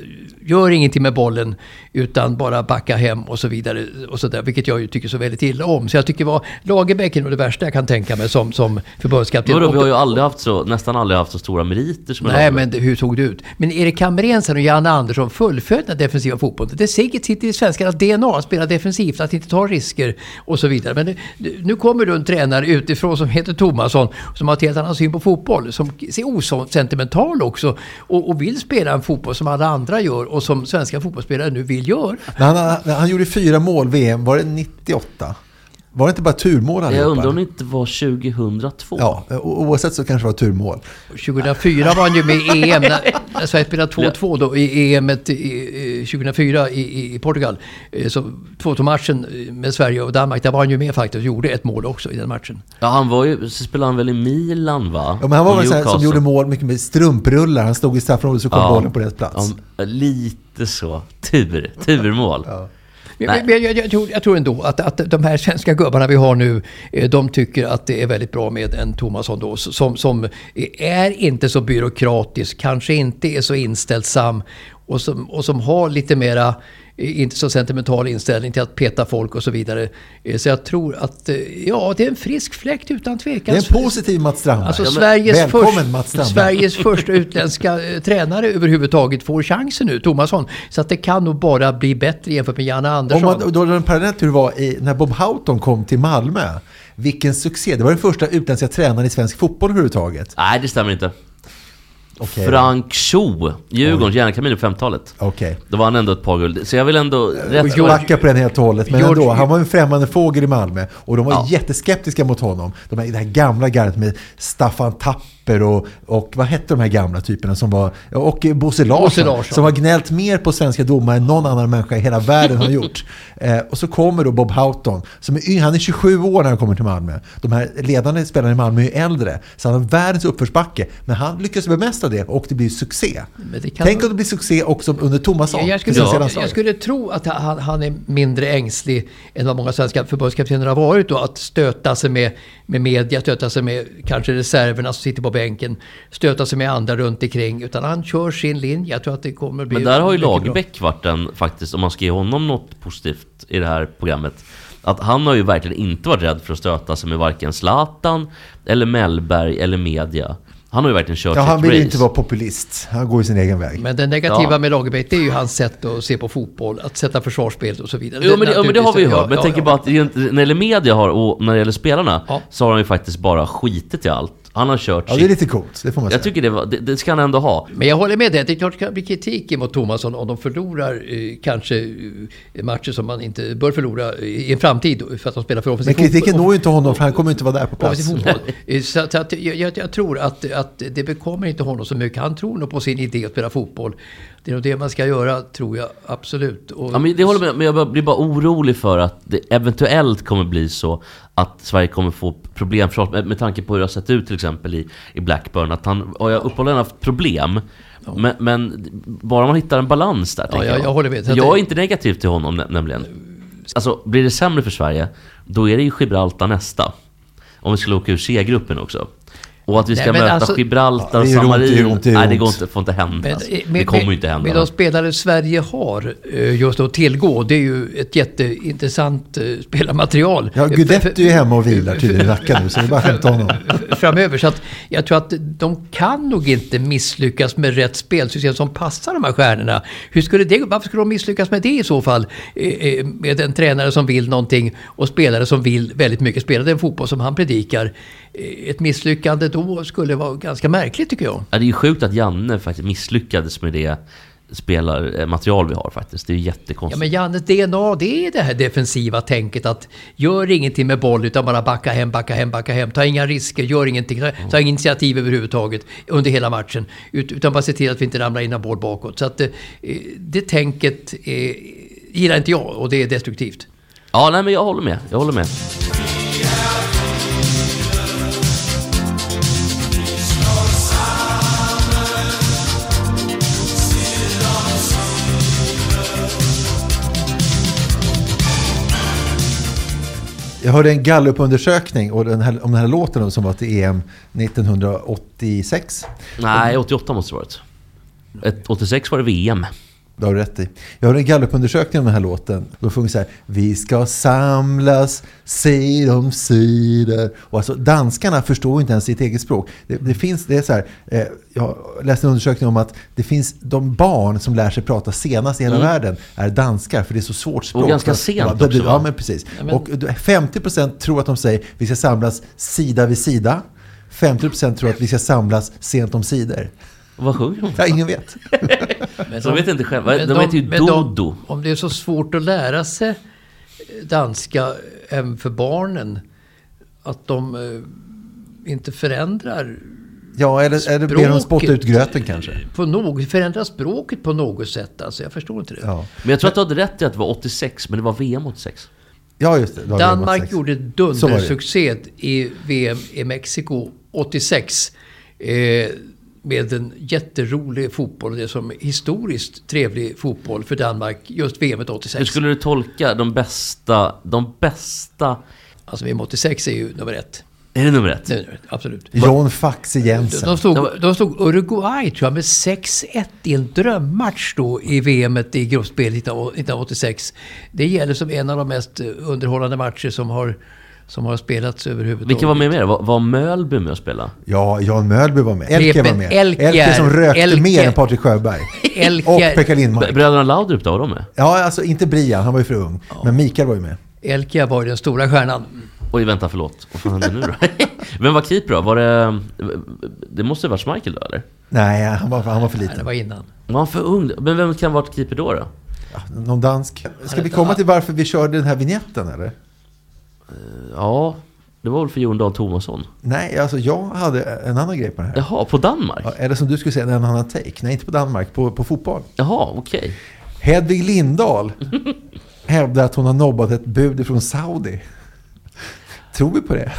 Gör ingenting med bollen utan bara backa hem och så vidare och så där, vilket jag ju tycker så väldigt illa om. Så jag tycker var Lagerbäck är nog det värsta jag kan tänka mig som, som förbundskapten. Då, vi har ju aldrig haft så, nästan aldrig haft så stora meriter som nej, men det, hur såg det ut? Men Erik Hamrensen och Janne Andersson fullföljde den defensiva fotbollen. Det säkert sitter i svenskarnas D N A att spela defensivt, att inte ta risker och så vidare. Men det, nu kommer du en tränare utifrån som heter Tomasson, som har ett helt annan syn på fotboll, som ser osentimental också och, och vill spela en fotboll som alla andra gör och som svenska fotbollsspelare nu vill göra. Han, han, han gjorde fyra mål V M, var det nittioåtta? Var det inte bara turmål? Jag undrar om det inte var tjugohundratvå. Ja, oavsett så kanske det var turmål. tjugohundrafyra var han ju med i E M när, när Sverige spelade två två då i E M tjugohundrafyra i, i Portugal. Så två två matchen med Sverige och Danmark, där var han ju med faktiskt och gjorde ett mål också i den matchen. Ja, han var ju, så spelade han väl i Milan, va? Ja, men han var väl sån som gjorde mål mycket med strumprullar. Han stod i straffområdet så kom ja, bollen på rätt plats. Ja, lite så. Tur, turmål. Ja. Jag, jag, jag, jag, tror, jag tror ändå att, att de här svenska gubbarna vi har nu, de tycker att det är väldigt bra med en Tomasson då, som, som är inte så byråkratisk, kanske inte är så inställsam och som, och som har lite mera, inte så sentimental inställning till att peta folk och så vidare. Så jag tror att, ja, det är en frisk fläkt utan tvekan. Det är en positiv Mats Strandberg. Alltså ja, Sveriges, välkommen, först, Mats Strandberg. Sveriges första utländska eh, tränare överhuvudtaget får chansen nu, Tomasson. Så att det kan nog bara bli bättre jämfört med Janne Andersson. Om man, då är det en parallell hur det var i, när Bob Houghton kom till Malmö. Vilken succé. Det var den första utländska tränaren i svensk fotboll överhuvudtaget. Nej, det stämmer inte. Okay. Frank Cho, Djurgårdens järnkamin på femtiotalet. Okay. Då var han ändå ett par guld. Så jag vill ändå rätt backa på den helt och hållet. Men George, ändå, han var en främmande fågel i Malmö. Och de var ja. jätteskeptiska mot honom. De här, det här gamla gardet med Staffan Tapper Jesper och, och vad hette de här gamla typerna som var, och Bosse Larsson, Bosse Larsson. som har gnällt mer på svenska domare än någon annan människa i hela världen har gjort. Eh, och så kommer då Bob Houghton, som är, han är tjugosju år när han kommer till Malmö. De här ledande spelarna i Malmö är äldre, så han har världens uppförsbacke, men han lyckas bemästra det och det blir succé. Det kan... Tänk om det blir succé också under Tomasson. Jag, jag, skulle, ja. jag skulle tro att han, han är mindre ängslig än vad många svenska förbundskaptener har varit då, att stöta sig med, med media, stöta sig med kanske reserverna som sitter på bänken, stöta sig med andra runt omkring, utan han kör sin linje. Jag tror att det kommer bli. Men där har ju Lagerbäck varit en, faktiskt, om man ska ge honom något positivt i det här programmet, att han har ju verkligen inte varit rädd för att stöta sig med varken Zlatan eller Mellberg eller media. Han har ju verkligen kört ja, han vill race. Inte vara populist. Han går i sin egen väg. Men det negativa ja. med Lagerbäck, det är ju hans sätt att se på fotboll, att sätta försvarsspelet och så vidare. Jo, men det, ja, men det har vi ju hört. Ja, men jag ja, tänker ja. bara att när det gäller media har, och när det gäller spelarna ja. så har han ju faktiskt bara skitit i allt. Han har kört ja, det är lite coolt, det får man säga. Jag tycker det, var, det, det ska han ändå ha. Men jag håller med dig, det är klart det kan bli kritik mot Tomasson om de förlorar eh, kanske eh, matcher som man inte bör förlora i en framtid för att de spelar för offensiv fotboll. Men kritiken når ju inte honom, för han kommer inte vara där på plats. så, så att, jag, jag tror att, att det bekommer inte honom så mycket. Han tror nog på sin idé att spela fotboll. Det är nog det man ska göra, tror jag, absolut. Och... Ja, men det håller med, men jag blir bara orolig för att det eventuellt kommer bli så att Sverige kommer få problem med, med tanke på hur det har sett ut till exempel i, i Blackburn, att han har uppehållande haft problem. Ja. Men, men bara man hittar en balans där, ja, jag, jag. jag håller med. Jag är inte negativ till honom nämligen. Alltså, blir det sämre för Sverige, då är det ju Gibraltar nästa. Om vi skulle åka ur C-gruppen också. Och att vi ska Nej, möta alltså, Gibraltar och ja, Samarin. Nej, det går inte, får inte hända. Men, alltså. med, det kommer ju med, inte hända. Men de spelare Sverige har just att tillgå, det är ju ett jätteintressant spelarmaterial. Ja, Guidetti är ju hemma och vilar tydligen i Nacka nu, så det är bara hämta honom. Framöver, så att jag tror att de kan nog inte misslyckas med rätt spelsystem som passar de här stjärnorna. Hur skulle det, varför skulle de misslyckas med det i så fall? Med en tränare som vill någonting och spelare som vill väldigt mycket spela den fotboll som han predikar. Ett misslyckande då skulle vara ganska märkligt, tycker jag. Ja, det är ju sjukt att Janne faktiskt misslyckades med det spelarmaterial vi har faktiskt. Det är ju jättekonstigt. Ja, men Jannes D N A, det är det här defensiva tänket att gör ingenting med boll utan bara backa hem, backa hem, backa hem. Ta inga risker, gör ingenting. Ta, ta initiativ överhuvudtaget under hela matchen. Ut, utan bara se till att vi inte ramlar in av boll bakåt. Så att det tänket är, gillar inte jag, och det är destruktivt. Ja, nej, men jag håller med. Jag håller med. Jag hörde en Gallup-undersökning och den här, om den här låten som var till E M nittonhundraåttiosex. Nej, åttioåtta måste det varit. åttiosex var det V M. Det har du rätt i. Jag hörde en Gallup-undersökning om den här låten. Då får vi så här: vi ska samlas sida om sida. Och alltså, danskarna förstår inte ens sitt eget språk. Det, det finns, det är så här, eh, jag läste en undersökning om att det finns de barn som lär sig prata senast i hela mm. världen är danskar, för det är så svårt språk. Och ganska sent ja, också. Ja, men precis. Ja, men... Och femtio procent tror att de säger vi ska samlas sida vid sida. femtio procent tror att vi ska samlas sent om sidor. Vad sjunger de? Ja, ingen vet. Men de vet inte själva. De, de vet ju Dodo. De, om det är så svårt att lära sig danska även för barnen, att de eh, inte förändrar ja, eller, eller ber de spotta ut gröten kanske. På något, förändra språket på något sätt. Alltså, jag förstår inte det. Ja. Men jag tror att du hade rätt i att det var åttiosex, men det var V M åttiosex. Ja, just det. det Danmark gjorde dundersuccé i V M i Mexiko åttiosex. Eh, med en jätterolig fotboll, det är som historiskt trevlig fotboll för Danmark, just V M åttiosex. Hur skulle du tolka de bästa, de bästa... Alltså V M åttiosex är ju nummer ett. Är det nummer ett? Det är nummer ett, absolut. John Faxe Jensen. De stod, de stod Uruguay, tror jag, med sex ett i en drömmatch då i V M i gruppspel nittonhundraåttiosex. Det gäller som en av de mest underhållande matcher som har som har spelats överhuvudtaget. Vilka var med med? Var, var Mölby med att spela? Ja, Jan Mölby var med. Elke var med. Elke, Elke som rökte Elke, mer än Patrik Sjöberg. Elke, och Pekka Lindmark. Bröderna Laudrup då var de med? Ja, alltså inte Brian, han var ju för ung. Ja. Men Mikael var ju med. Elke var ju den stora stjärnan. Oj, vänta, förlåt. Vad fan hände nu då? Vem var keeper då? Var det... Det måste ha varit Schmeichel då, eller? Nej, han var, han var för liten. Nej, det var innan. Var han för ung? Men vem kan ha varit keeper då då? Ja, någon dansk. Ska vi komma till varför vi körde den här vignetten, eller? Ja... Det var väl för Jon Dahl Tomasson? Nej, alltså jag hade en annan grej på det här. Jaha, på Danmark? Ja, eller som du skulle säga, en annan take. Nej, inte på Danmark, på, på fotboll. Jaha, okej. Okay. Hedvig Lindahl hävdar att hon har nobbat ett bud från Saudi. Tror vi på det?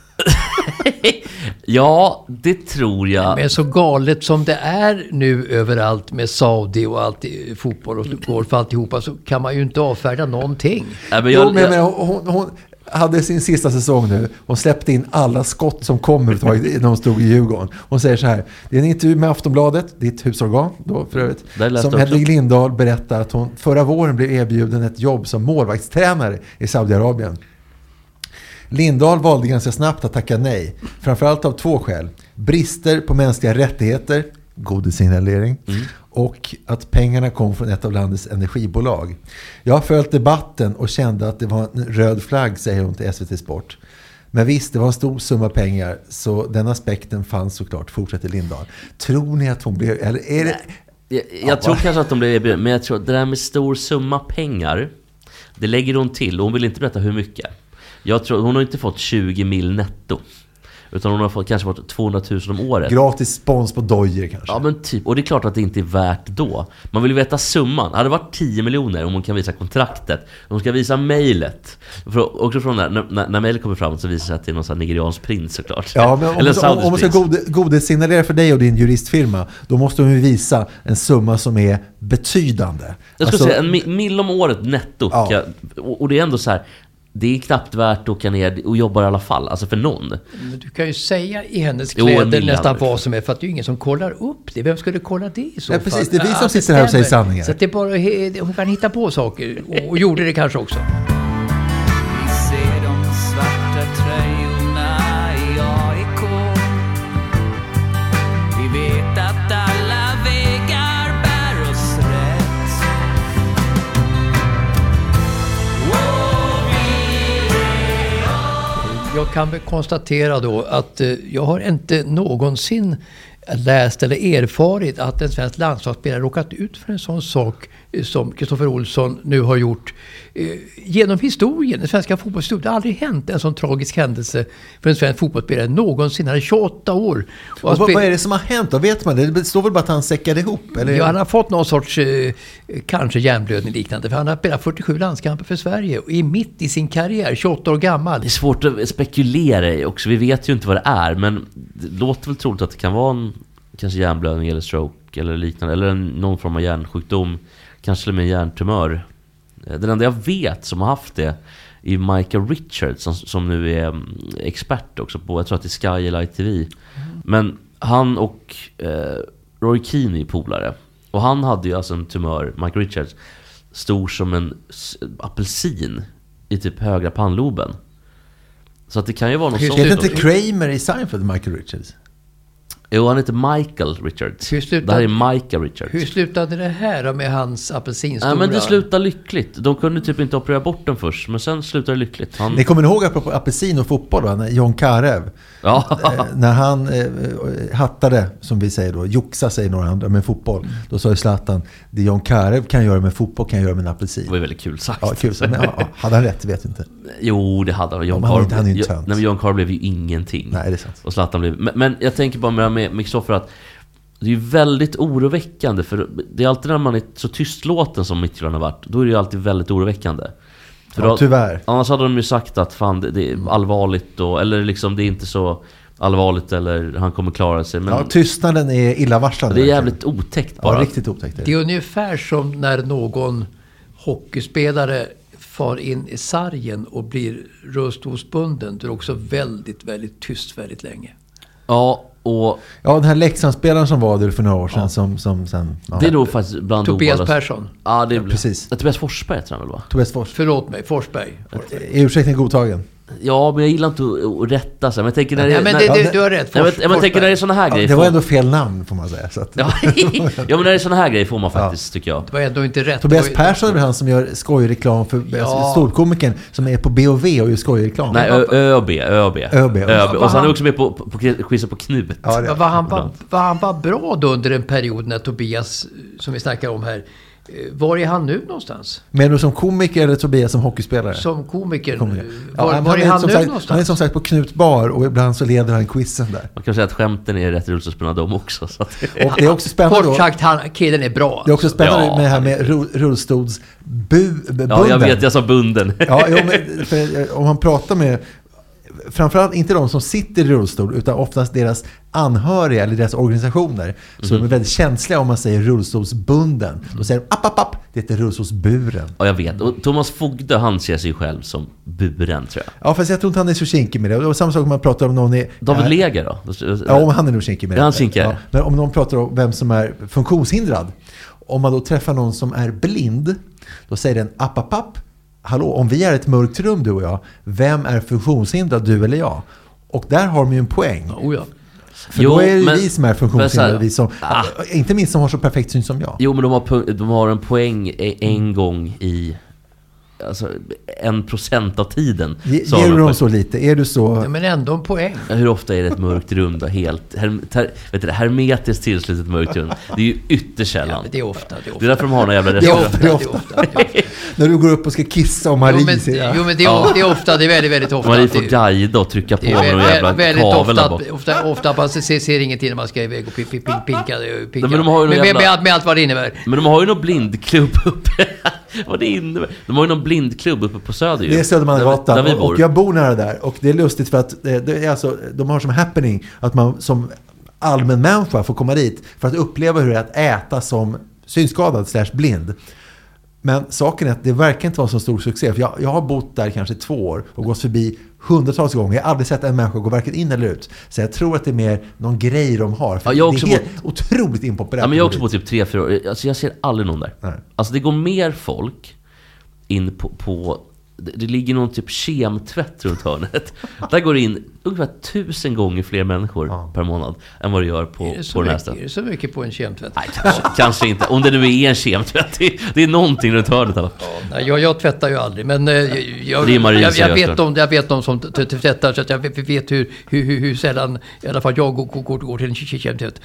Ja, det tror jag. Men så galet som det är nu överallt med Saudi och allt, fotboll och golf och alltihopa, så kan man ju inte avfärda någonting. Ja, men jag, jo, men, jag... men hon, hon hade sin sista säsong nu. Hon släppte in alla skott som kommer när hon stod i Djurgården. Hon säger så här: det är en intervju med Aftonbladet, ditt husorgan då för övrigt, som Hedvig Lindahl berättar att hon förra våren blev erbjuden ett jobb som målvaktstränare i Saudiarabien. Lindahl valde ganska snabbt att tacka nej, framförallt av två skäl: brister på mänskliga rättigheter, god signalering, mm. och att pengarna kom från ett av landets energibolag. Jag har följt debatten och kände att det var en röd flagg, säger hon till S V T Sport. Men visst, det var en stor summa pengar, så den aspekten fanns såklart, fortsätter Lindahl. Tror ni att hon blev, eller är det... Jag, jag ja, tror bara. kanske att de blev erbjudna, men jag tror att det där med stor summa pengar, det lägger hon till, och hon vill inte berätta hur mycket. Jag tror hon har inte fått tjugo mil netto, utan hon har fått kanske fått tvåhundratusen om året. Gratis spons på dojer kanske. Ja, men typ. Och det är klart att det inte är värt då. Man vill ju veta summan. Hade det varit tio miljoner om hon kan visa kontraktet, om hon ska visa mejlet. För, också från där, när, när mejlet kommer fram så visar det sig att det är någon sån nigeriansk prins såklart. Ja, men om, Eller om, om man ska gode, gode signalera för dig och din juristfirma, då måste hon ju visa en summa som är betydande. Jag skulle alltså, säga en mil om året netto. Ja. Och, och det är ändå så här, det är knappt värt att åka ner och jobba i alla fall. Alltså för någon. Men du kan ju säga i hennes kläder jo, nästan vad som är, för att det är ju ingen som kollar upp det. Vem skulle kolla det i så ja, fall? precis, det är vi som sitter här och säger sanningar. Så att det är bara, hon kan hitta på saker. Och, och gjorde det kanske också. Vi ser de svarta tröjorna i A I K. Vi vet att alla vägar bär oss rätt. Jag kan väl konstatera då att eh, jag har inte någonsin läst eller erfarit att en svensk landslagsspelare råkat ut för en sån sak eh, som Kristoffer Olsson nu har gjort. Eh, genom historien, den svenska fotbollshistorien, det har aldrig hänt en sån tragisk händelse för en svensk fotbollsspelare någonsin. Han är tjugoåtta år. Och och vad, vad är det som har hänt? Då vet man det. Det står väl bara att han säckade ihop? Eller? Ja, han har fått någon sorts eh, kanske hjärnblödning liknande. För han har spelat fyrtiosju landskamper för Sverige och är mitt i sin karriär, tjugoåtta år gammal. Det är svårt att spekulera i också. Vi vet ju inte vad det är, men det låter väl troligt att det kan vara en kanske hjärnblödning eller stroke eller liknande, eller en, någon form av hjärnsjukdom, kanske med hjärntumör. Den enda jag vet som har haft det är Michael Richards som, som nu är expert också på, jag tror att det är Sky eller I T V. Mm. Men han och eh, Roy Keane är polare. Och han hade ju alltså en tumör, Michael Richards, stor som en apelsin i typ högra pannloben. Så att det kan ju vara något sånt. Är det inte Kramer i Seinfeld, Michael Richards? Jo, han heter Michael Richards. Slutade, det här är Michael Richards. Hur slutade det här med hans apelsinstora? Ja, men det slutade lyckligt. De kunde typ inte operera bort den först, men sen slutade det lyckligt. Han... Ni kommer ihåg apropå apelsin och fotboll då, när John Karev, ja. när han eh, hattade, som vi säger då, joxa säger några andra med fotboll. Mm. Då sa ju Zlatan, det John Karev kan göra med fotboll kan göra med en apelsin. Det var väldigt kul sagt. Ja, kul. Men, ja, hade han rätt, vet inte. Jo, det hade han. John ja, han, han är ju John, nej, John Karev blev ju ingenting. Nej, det är sant. Och Zlatan blev... Men, men jag tänker bara med, med Kristoffer att det är ju väldigt oroväckande, för det är alltid när man är så tystlåten som Midtjylland har varit, då är det ju alltid väldigt oroväckande. För ja, då, tyvärr. Annars hade de ju sagt att fan, det, det är allvarligt och, eller liksom det är inte så allvarligt, eller han kommer klara sig. Men ja, tystnaden är illavarslande. Det är jävligt otäckt bara. Ja, riktigt otäckt. Det är ungefär som när någon hockeyspelare far in i sargen och blir rullstolsbunden. Det är också väldigt, väldigt tyst väldigt länge. Ja, och... Ja, den här Leksandsspelaren som var där för några år sedan, ja. som, som sen... Ja. Det är då faktiskt bland Tobias obalast. Persson. Ja, det är ja, precis. Tobias Forsberg tror jag väl, va? Tobias Fors. Förlåt mig, Forsberg. Forsberg. Är ursäkten godtagen? Ja, men jag gillar inte att, att rätta sig. Men jag tänker när ja, det, men när, det, ja, det, du har rätt. Fors, jag, jag, jag tänker när det är såna här ja, grejer. Det var ändå fel namn får man säga. Så att... ja, ja, men när det är såna här grejer får man faktiskt, ja. tycker jag. Det var ändå inte rätt. Tobias Persson är väl han som gör skojreklam för ja. storkomikern som är på B och V och gör skojreklam. Nej, ÖB, ÖB. ÖB. Och sen är också med på, på, på quizet på Knut. Ja, var, han var, var han var bra då under en period när Tobias, som vi snackar om här, Var är han nu någonstans? Men du som komiker eller Tobias som hockeyspelare? Som komiker. komiker. Var, ja, var han är han som nu sagt, någonstans? Han är som sagt på Knut Bar och ibland så leder han quizen där. Man kan säga att skämten är rätt rullstolsbundna de också. Så att... Och det är också spännande. Kort sagt, han, killen är bra. Det är också spännande Ja, med det här med rullstolsbunden. Ja, jag vet, jag sa bunden. Ja, jo, men för om man pratar med framförallt inte de som sitter i rullstol utan oftast deras anhöriga eller deras organisationer mm. så de är väldigt känsliga om man säger rullstolsbunden. Mm. Då säger de app, app, app, det heter rullstolsburen. Ja, jag vet. Och Thomas Fogde, han ser sig själv som buren, tror jag. Ja, fast jag tror inte han är så kinkig med det. Det var samma sak om man pratar om någon är... David Lega då? Ja, om han är nog kinkig med det. Han kinkig. Ja, men om någon pratar om vem som är funktionshindrad. Om man då träffar någon som är blind, då säger den app, app, app. Hallå, om vi är ett mörkt rum du och jag, vem är funktionshindrad, du eller jag? Och där har de ju en poäng. Oh ja. För jo, då är det men, vi som är funktionshindrade, här, vi som, ah. inte minst som har så perfekt syn som jag. Jo, men de har, de har en poäng en gång i alltså, en procent av tiden. Ge, ger du dem så lite? Är du så... Ja, men ändå en poäng. Hur ofta är det ett mörkt rum då? Helt her, ter, vet du, hermetiskt tillslutet mörkt rum. Det är ju ytterst sällan. Ja, det är ofta. Det är ofta. Det är därför de har några jävla Det är restaurang. ofta, det är ofta. Det är ofta, det är ofta. När du går upp och ska kissa och Marie jo, men, säger jo, men det är, ja. det är ofta, det är väldigt, väldigt ofta. Marie får guida och trycka på med någon jävla väldigt kavel ofta, bak. ofta, ofta man ser, ser ingenting när man ska iväg och pin, pin, pin, pinka. pinka. Men de har ju med, jävla... med, med, med allt vad det innebär. Men de har ju någon blindklubb uppe. Vad det innebär. De har ju någon blindklubb uppe på Söder ju. Det är Södermannagatan. Där vi bor. Och jag bor nära där. Och det är lustigt för att det är alltså, de har som happening att man som allmän människa får komma dit för att uppleva hur det är att äta som synskadad slash blind. Men saken är att det verkar inte vara så stor succé. För jag, jag har bott där kanske två år och gått förbi hundratals gånger. Jag har aldrig sett en människa gå varken in eller ut. Så jag tror att det är mer någon grej de har. För ja, det är helt bott... otroligt impopulärt. Ja, men jag har också bott typ tre, fyra år. Alltså jag ser aldrig någon där. Nej. Alltså det går mer folk in på... på det, det ligger någon typ kemtvätt runt hörnet. Där går det in ungefär tusen gånger fler människor ja. per månad än vad det gör på, är det på den här stället. Är det så mycket på en kemtvätt? Nej, kanske, kanske inte. Om det nu är en kemtvätt. Det, det är någonting runt hörnet. Eller? Ja, nej, jag, jag tvättar ju aldrig. Men eh, jag, jag, jag, jag, vet om, jag vet om som tvättar. Så att jag vet hur, hur, hur, hur sällan i alla fall jag går, går, går till en kemtvätt.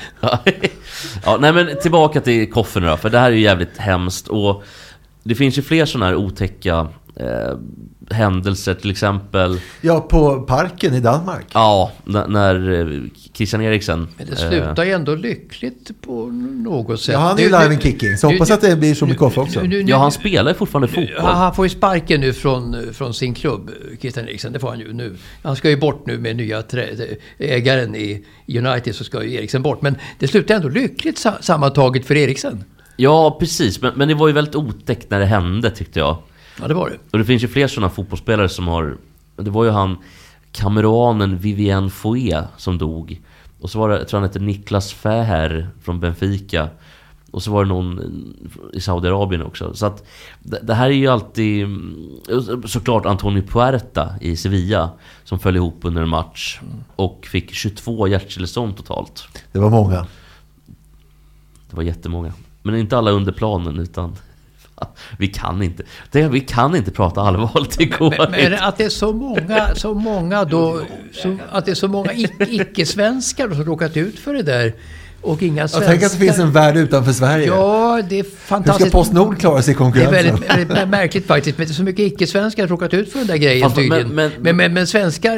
Ja, nej men tillbaka till kofferna då. För det här är ju jävligt hemskt. Och det finns ju fler sådana här otäcka eh, händelser, till exempel. Ja, på parken i Danmark. Ja, när, när Christian Eriksen. Men det slutar ju ändå lyckligt på något sätt. Ja, han är ju live and kicking. Så nu, hoppas nu, att det blir som i koffe också. Nu, nu, ja, han spelar fortfarande fotboll. Han, han får ju sparken nu från, från sin klubb, Christian Eriksen. Det får han ju nu. Han ska ju bort nu med nya trä, ägaren i United, så ska ju Eriksen bort. Men det slutar ändå lyckligt sammantaget för Eriksen. Ja, precis. Men, men det var ju väldigt otäckt när det hände, tyckte jag. Ja, det var det. Och det finns ju fler sådana fotbollsspelare som har... Det var ju han, kameranen Vivienne Foé som dog. Och så var det, jag tror han heter Niklas Fäher från Benfica. Och så var det någon i Saudiarabien också. Så att det, det här är ju alltid... Såklart Antonio Puerta i Sevilla som föll ihop under en match. Och fick tjugotvå hjärtstillestånd totalt. Det var många. Det var jättemånga. Men inte alla under planen, utan... Vi kan inte det, vi kan inte prata allvarligt. Det går men, men att det är så många, så många då, så, att det är så många icke-svenskar som råkat ut för det där. Och inga svenskar. Jag tänker att det finns en värld utanför Sverige. Ja, det är fantastiskt. Hur ska PostNord klara sig i konkurrensen? Det är väldigt, väldigt märkligt faktiskt. Men det är så mycket icke-svenskar som råkat ut för den där grejen. Fast, men, men, men, men, men svenskar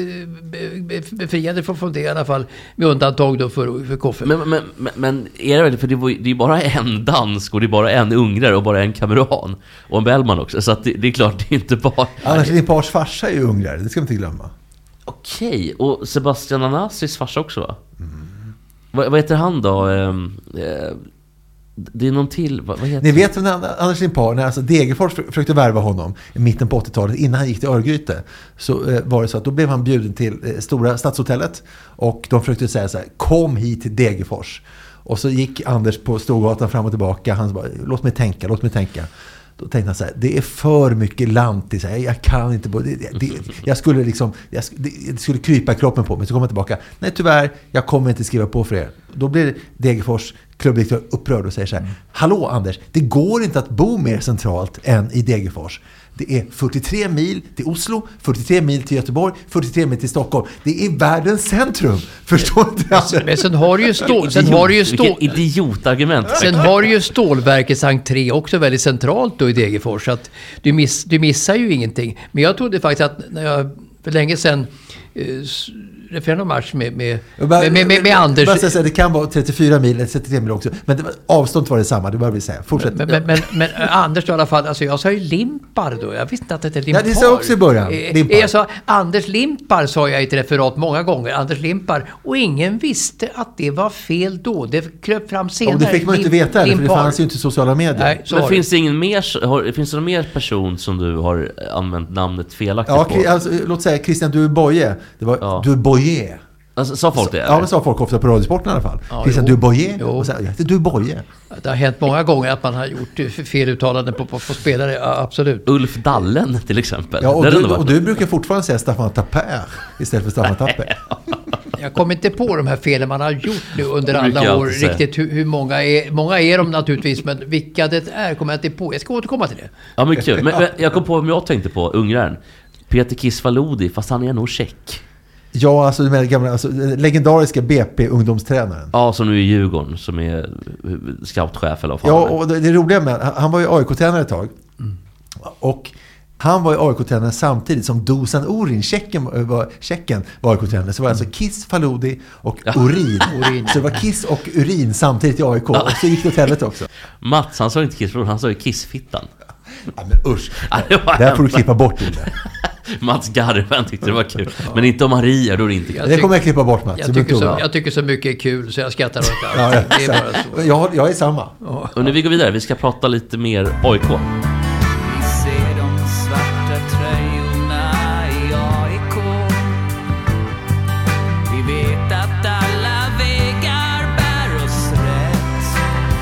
är befriade från det i alla fall. Med undantag då för, för koffe. Men, men, men, men är det väl, för det, var, det är bara en dansk och det är bara en ungrare och bara en kameran. Och en Bellman också. Så att det, det är klart, det är inte bara... Annars är din pars farsa är ju ungrare, det ska man inte glömma. Okej, och Sebastian Anasis farsa också, va? Mm. Vad, vad heter han då? Eh, eh, det är någon till. Vad, vad heter Ni vet när Anders Limpar, när alltså Degerfors försökte värva honom i mitten på åttiotalet innan han gick till Örgryte, så eh, var det så att då blev han bjuden till eh, stora stadshotellet och de försökte säga så här: kom hit till Degerfors. Och så gick Anders på Storgatan fram och tillbaka. Han bara, låt mig tänka, låt mig tänka. Då tänkte han så här: det är för mycket lantis, jag kan inte, det, det, jag skulle liksom jag, det, det skulle krypa i kroppen på mig. Så kom jag tillbaka: nej tyvärr, jag kommer inte skriva på för er. Då blir Degerfors klubbdirektör upprörd och säger så här: hallå Anders, det går inte att bo mer centralt än i Degerfors. Det är fyrtiotre mil till Oslo, fyrtiotre mil till Göteborg, fyrtiotre mil till Stockholm. Det är världens centrum. Förstår inte? Men sen har du ju stål, sen har du ju stål, Vilket idiotargument. sen har du ju stålverkets entré också väldigt centralt då i Degerfors, så att du, miss, du missar ju ingenting. Men jag trodde faktiskt att när jag för länge sedan eh, refererade någon match med, med, med, med, med, med Anders. Bara säga, det kan vara trettiofyra mil eller trettiotre mil också. Men det var, avståndet var det samma, det bara vill säga. Fortsätt. Men, men, men, men Anders i alla fall, alltså jag sa ju Limpar då. Jag visste inte att det hette Limpar. Ja, det sa jag också i början. Limpar. Jag sa Anders Limpar, sa jag i ett referat många gånger. Anders Limpar. Och ingen visste att det var fel då. Det kröp fram senare. Och det fick man inte veta heller, för det fanns ju inte sociala medier. Nej, men finns det ingen mer, har, finns det någon mer person som du har använt namnet felaktigt ja, på? Alltså, låt säga Christian, du är Boye. Det var, ja. Du är Boye. Alltså, sa folk det? Ja, men sa folk ofta på Radiosporten i alla fall. Ja, Christian, jo. du är Boye. Jo. Och så, du är Boye. Det har hänt många gånger att man har gjort feluttalanden på, på, på spelare, ja, absolut. Ulf Dallen till exempel. Ja, och, du, och du brukar fortfarande säga Staffan Tapper istället för Staffan Tapper. Jag kommer inte på de här felen man har gjort nu under alla år. Riktigt hur, hur många är, många är de naturligtvis, men vilka det är kommer jag inte på. Jag ska återkomma till det. Ja, men kul. Men, men jag kom på vad jag tänkte på, ungraren. Peter Kisvalodi, fast han är nog tjeck. Ja, alltså den gamla, alltså, legendariska B P-ungdomstränaren. Ja, som nu är i Djurgården, som är scoutchef eller vad fan. Ja, och det, det roliga med, han var ju A I K-tränare ett tag. Mm. Och han var ju A I K-tränare samtidigt som Dusan Urin, Tjecken var, Tjecken var A I K-tränare. Så var det alltså Kiss, Faludi och ja. Urin. Urin. Så det var Kiss och Urin samtidigt i A I K. Ja. Och så gick det åt helvete också. Mats, han sa inte Kiss, han sa ju Kissfittan. Ja, men usch. Ja, där får du klippa bort det. Mats Garven tyckte det var kul. Men inte om Maria, då är det inte kul. Det kommer jag klippa bort, Mats. Jag tycker, så, jag tycker så mycket är kul så jag skrattar åt det. Ja, det är bara så. Jag, jag är samma. Ja. Och nu vi går vidare, vi ska prata lite mer A I K. Vi ser de svarta tröjorna i A I K. Vi vet att alla vägar bär oss rätt.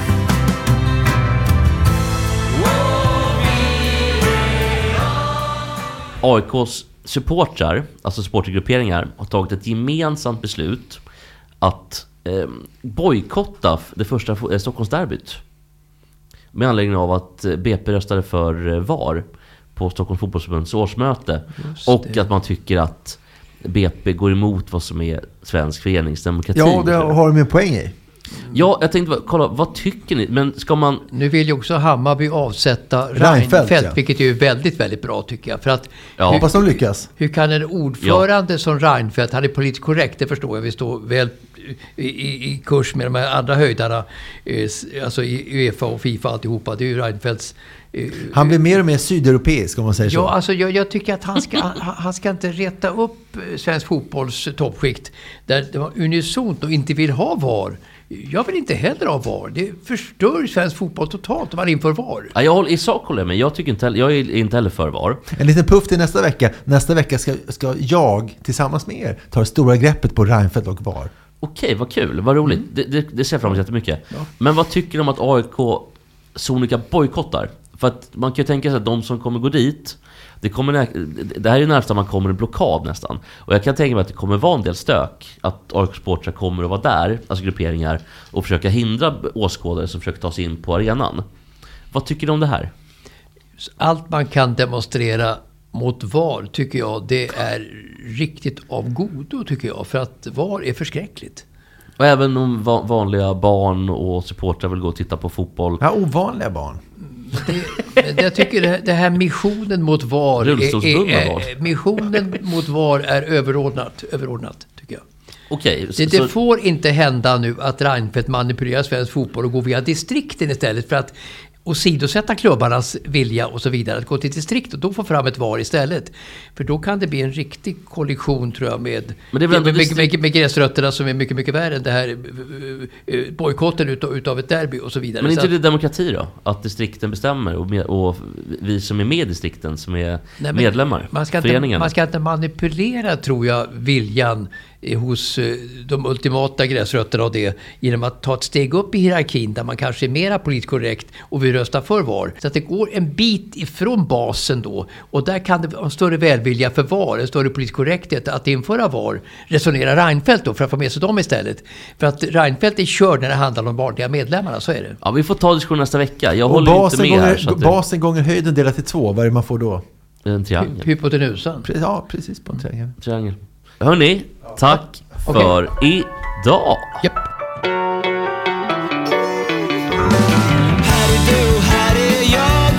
A I K:s supportrar, alltså supportergrupperingar, har tagit ett gemensamt beslut att eh, bojkotta det första eh, Stockholmsderbyt. Med anledning av att B P röstade för eh, V A R på Stockholms fotbollsförbunds årsmöte. Och att man tycker att B P går emot vad som är svensk föreningsdemokrati. Ja, det har de en poäng i. Ja, jag tänkte, kolla, vad tycker ni? Men ska man... Nu vill ju också Hammarby avsätta Reinfeldt, Reinfeldt, ja. Vilket är väldigt, väldigt bra tycker jag. För att ja. Hoppas de lyckas. Hur kan en ordförande ja. som Reinfeldt, han är politiskt korrekt, det förstår jag, vi står väl i, i, i kurs med de här andra höjdarna, eh, alltså i UEFA och FIFA alltihopa, det är ju Reinfeldts... Eh, han blir mer och mer sydeuropeisk om man säger så. Ja, alltså jag, jag tycker att han ska, han, han ska inte reta upp svensk fotbolls toppskikt där det var unisont och inte vill ha V A R. Jag vill inte heller ha V A R. Det förstör svensk fotboll totalt om man inför V A R. Ja, jag håller i sak håller men jag tycker inte jag är inte heller för V A R. En liten puff till nästa vecka. Nästa vecka ska, ska jag tillsammans med er ta det stora greppet på Reinfeldt och V A R. Okej, vad kul, vad roligt. Mm. Det, det, det ser jag fram emot jättemycket. Ja. Men vad tycker du om att A I K sonika bojkottar? För att man kan ju tänka sig att de som kommer gå dit, det, kommer nä- det här är ju närmast att man kommer en blockad nästan. Och jag kan tänka mig att det kommer vara en del stök. Att A I K-sportare kommer att vara där, alltså grupperingar, och försöka hindra åskådare som försöker ta sig in på arenan. Vad tycker du om det här? Allt man kan demonstrera mot V A R tycker jag, det är riktigt av godo tycker jag. För att V A R är förskräckligt. Och även om va- vanliga barn och supportrar vill gå och titta på fotboll. Ja, ovanliga barn. Det, jag tycker det, det här missionen mot V A R är, är, är, missionen mot V A R är överordnat, överordnat tycker jag. Okej, det, så, det får inte hända nu att Reinfeldt manipulerar svensk fotboll och går via distrikten istället för att och sidosätta klubbarnas vilja och så vidare att gå till distrikt och då få fram ett V A R istället. För då kan det bli en riktig kollision tror jag med, Men det är väl med, distrikt... med, med, med gräsrötterna som är mycket, mycket värre än det här uh, bojkotten utav, utav ett derby och så vidare. Men inte så det demokrati då? Att distrikten bestämmer och, med, och vi som är med i distrikten som är nej, medlemmar, man ska, inte, man ska inte manipulera tror jag viljan hos de ultimata gräsrötterna av det genom att ta ett steg upp i hierarkin där man kanske är mera politiskt korrekt och vill rösta för VAR. Så att det går en bit ifrån basen då. Och där kan det vara en större välvilja för VAR, en större politisk korrekthet att införa VAR. Resonerar Reinfeldt då för att få med sig dem istället. För att Reinfeldt är körd när det handlar om vanliga medlemmarna, så är det. Ja, vi får ta diskussion nästa vecka. Jag och håller basen inte med gånger, här. Så att basen gånger höjden delat till två, vad är det man får då? En triangel. Hypotenusan. Ja, precis på en triangel. Triangel. Hörrni, tack Okay. för idag. Japp. Här är du, här är jag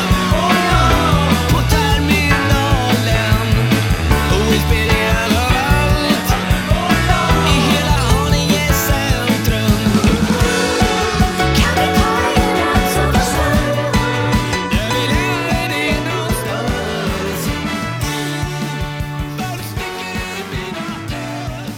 på terminalen, oinspirerad av allt i hela Haninge centrum. Kan vi ta en natt som försvann? Jag vill ha dig någonstans. Folk sticker i mina ögon.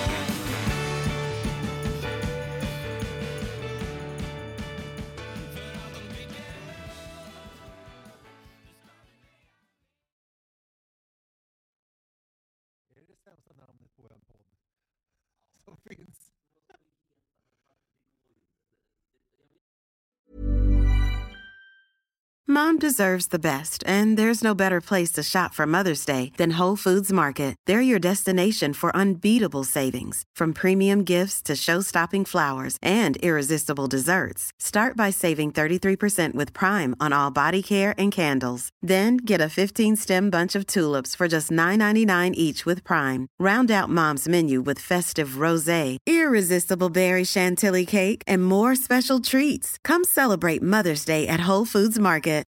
Mom deserves the best, and there's no better place to shop for Mother's Day than Whole Foods Market. They're your destination for unbeatable savings, from premium gifts to show-stopping flowers and irresistible desserts. Start by saving thirty-three percent with Prime on all body care and candles. Then get a fifteen-stem bunch of tulips for just nine ninety-nine each with Prime. Round out Mom's menu with festive rosé, irresistible berry chantilly cake, and more special treats. Come celebrate Mother's Day at Whole Foods Market.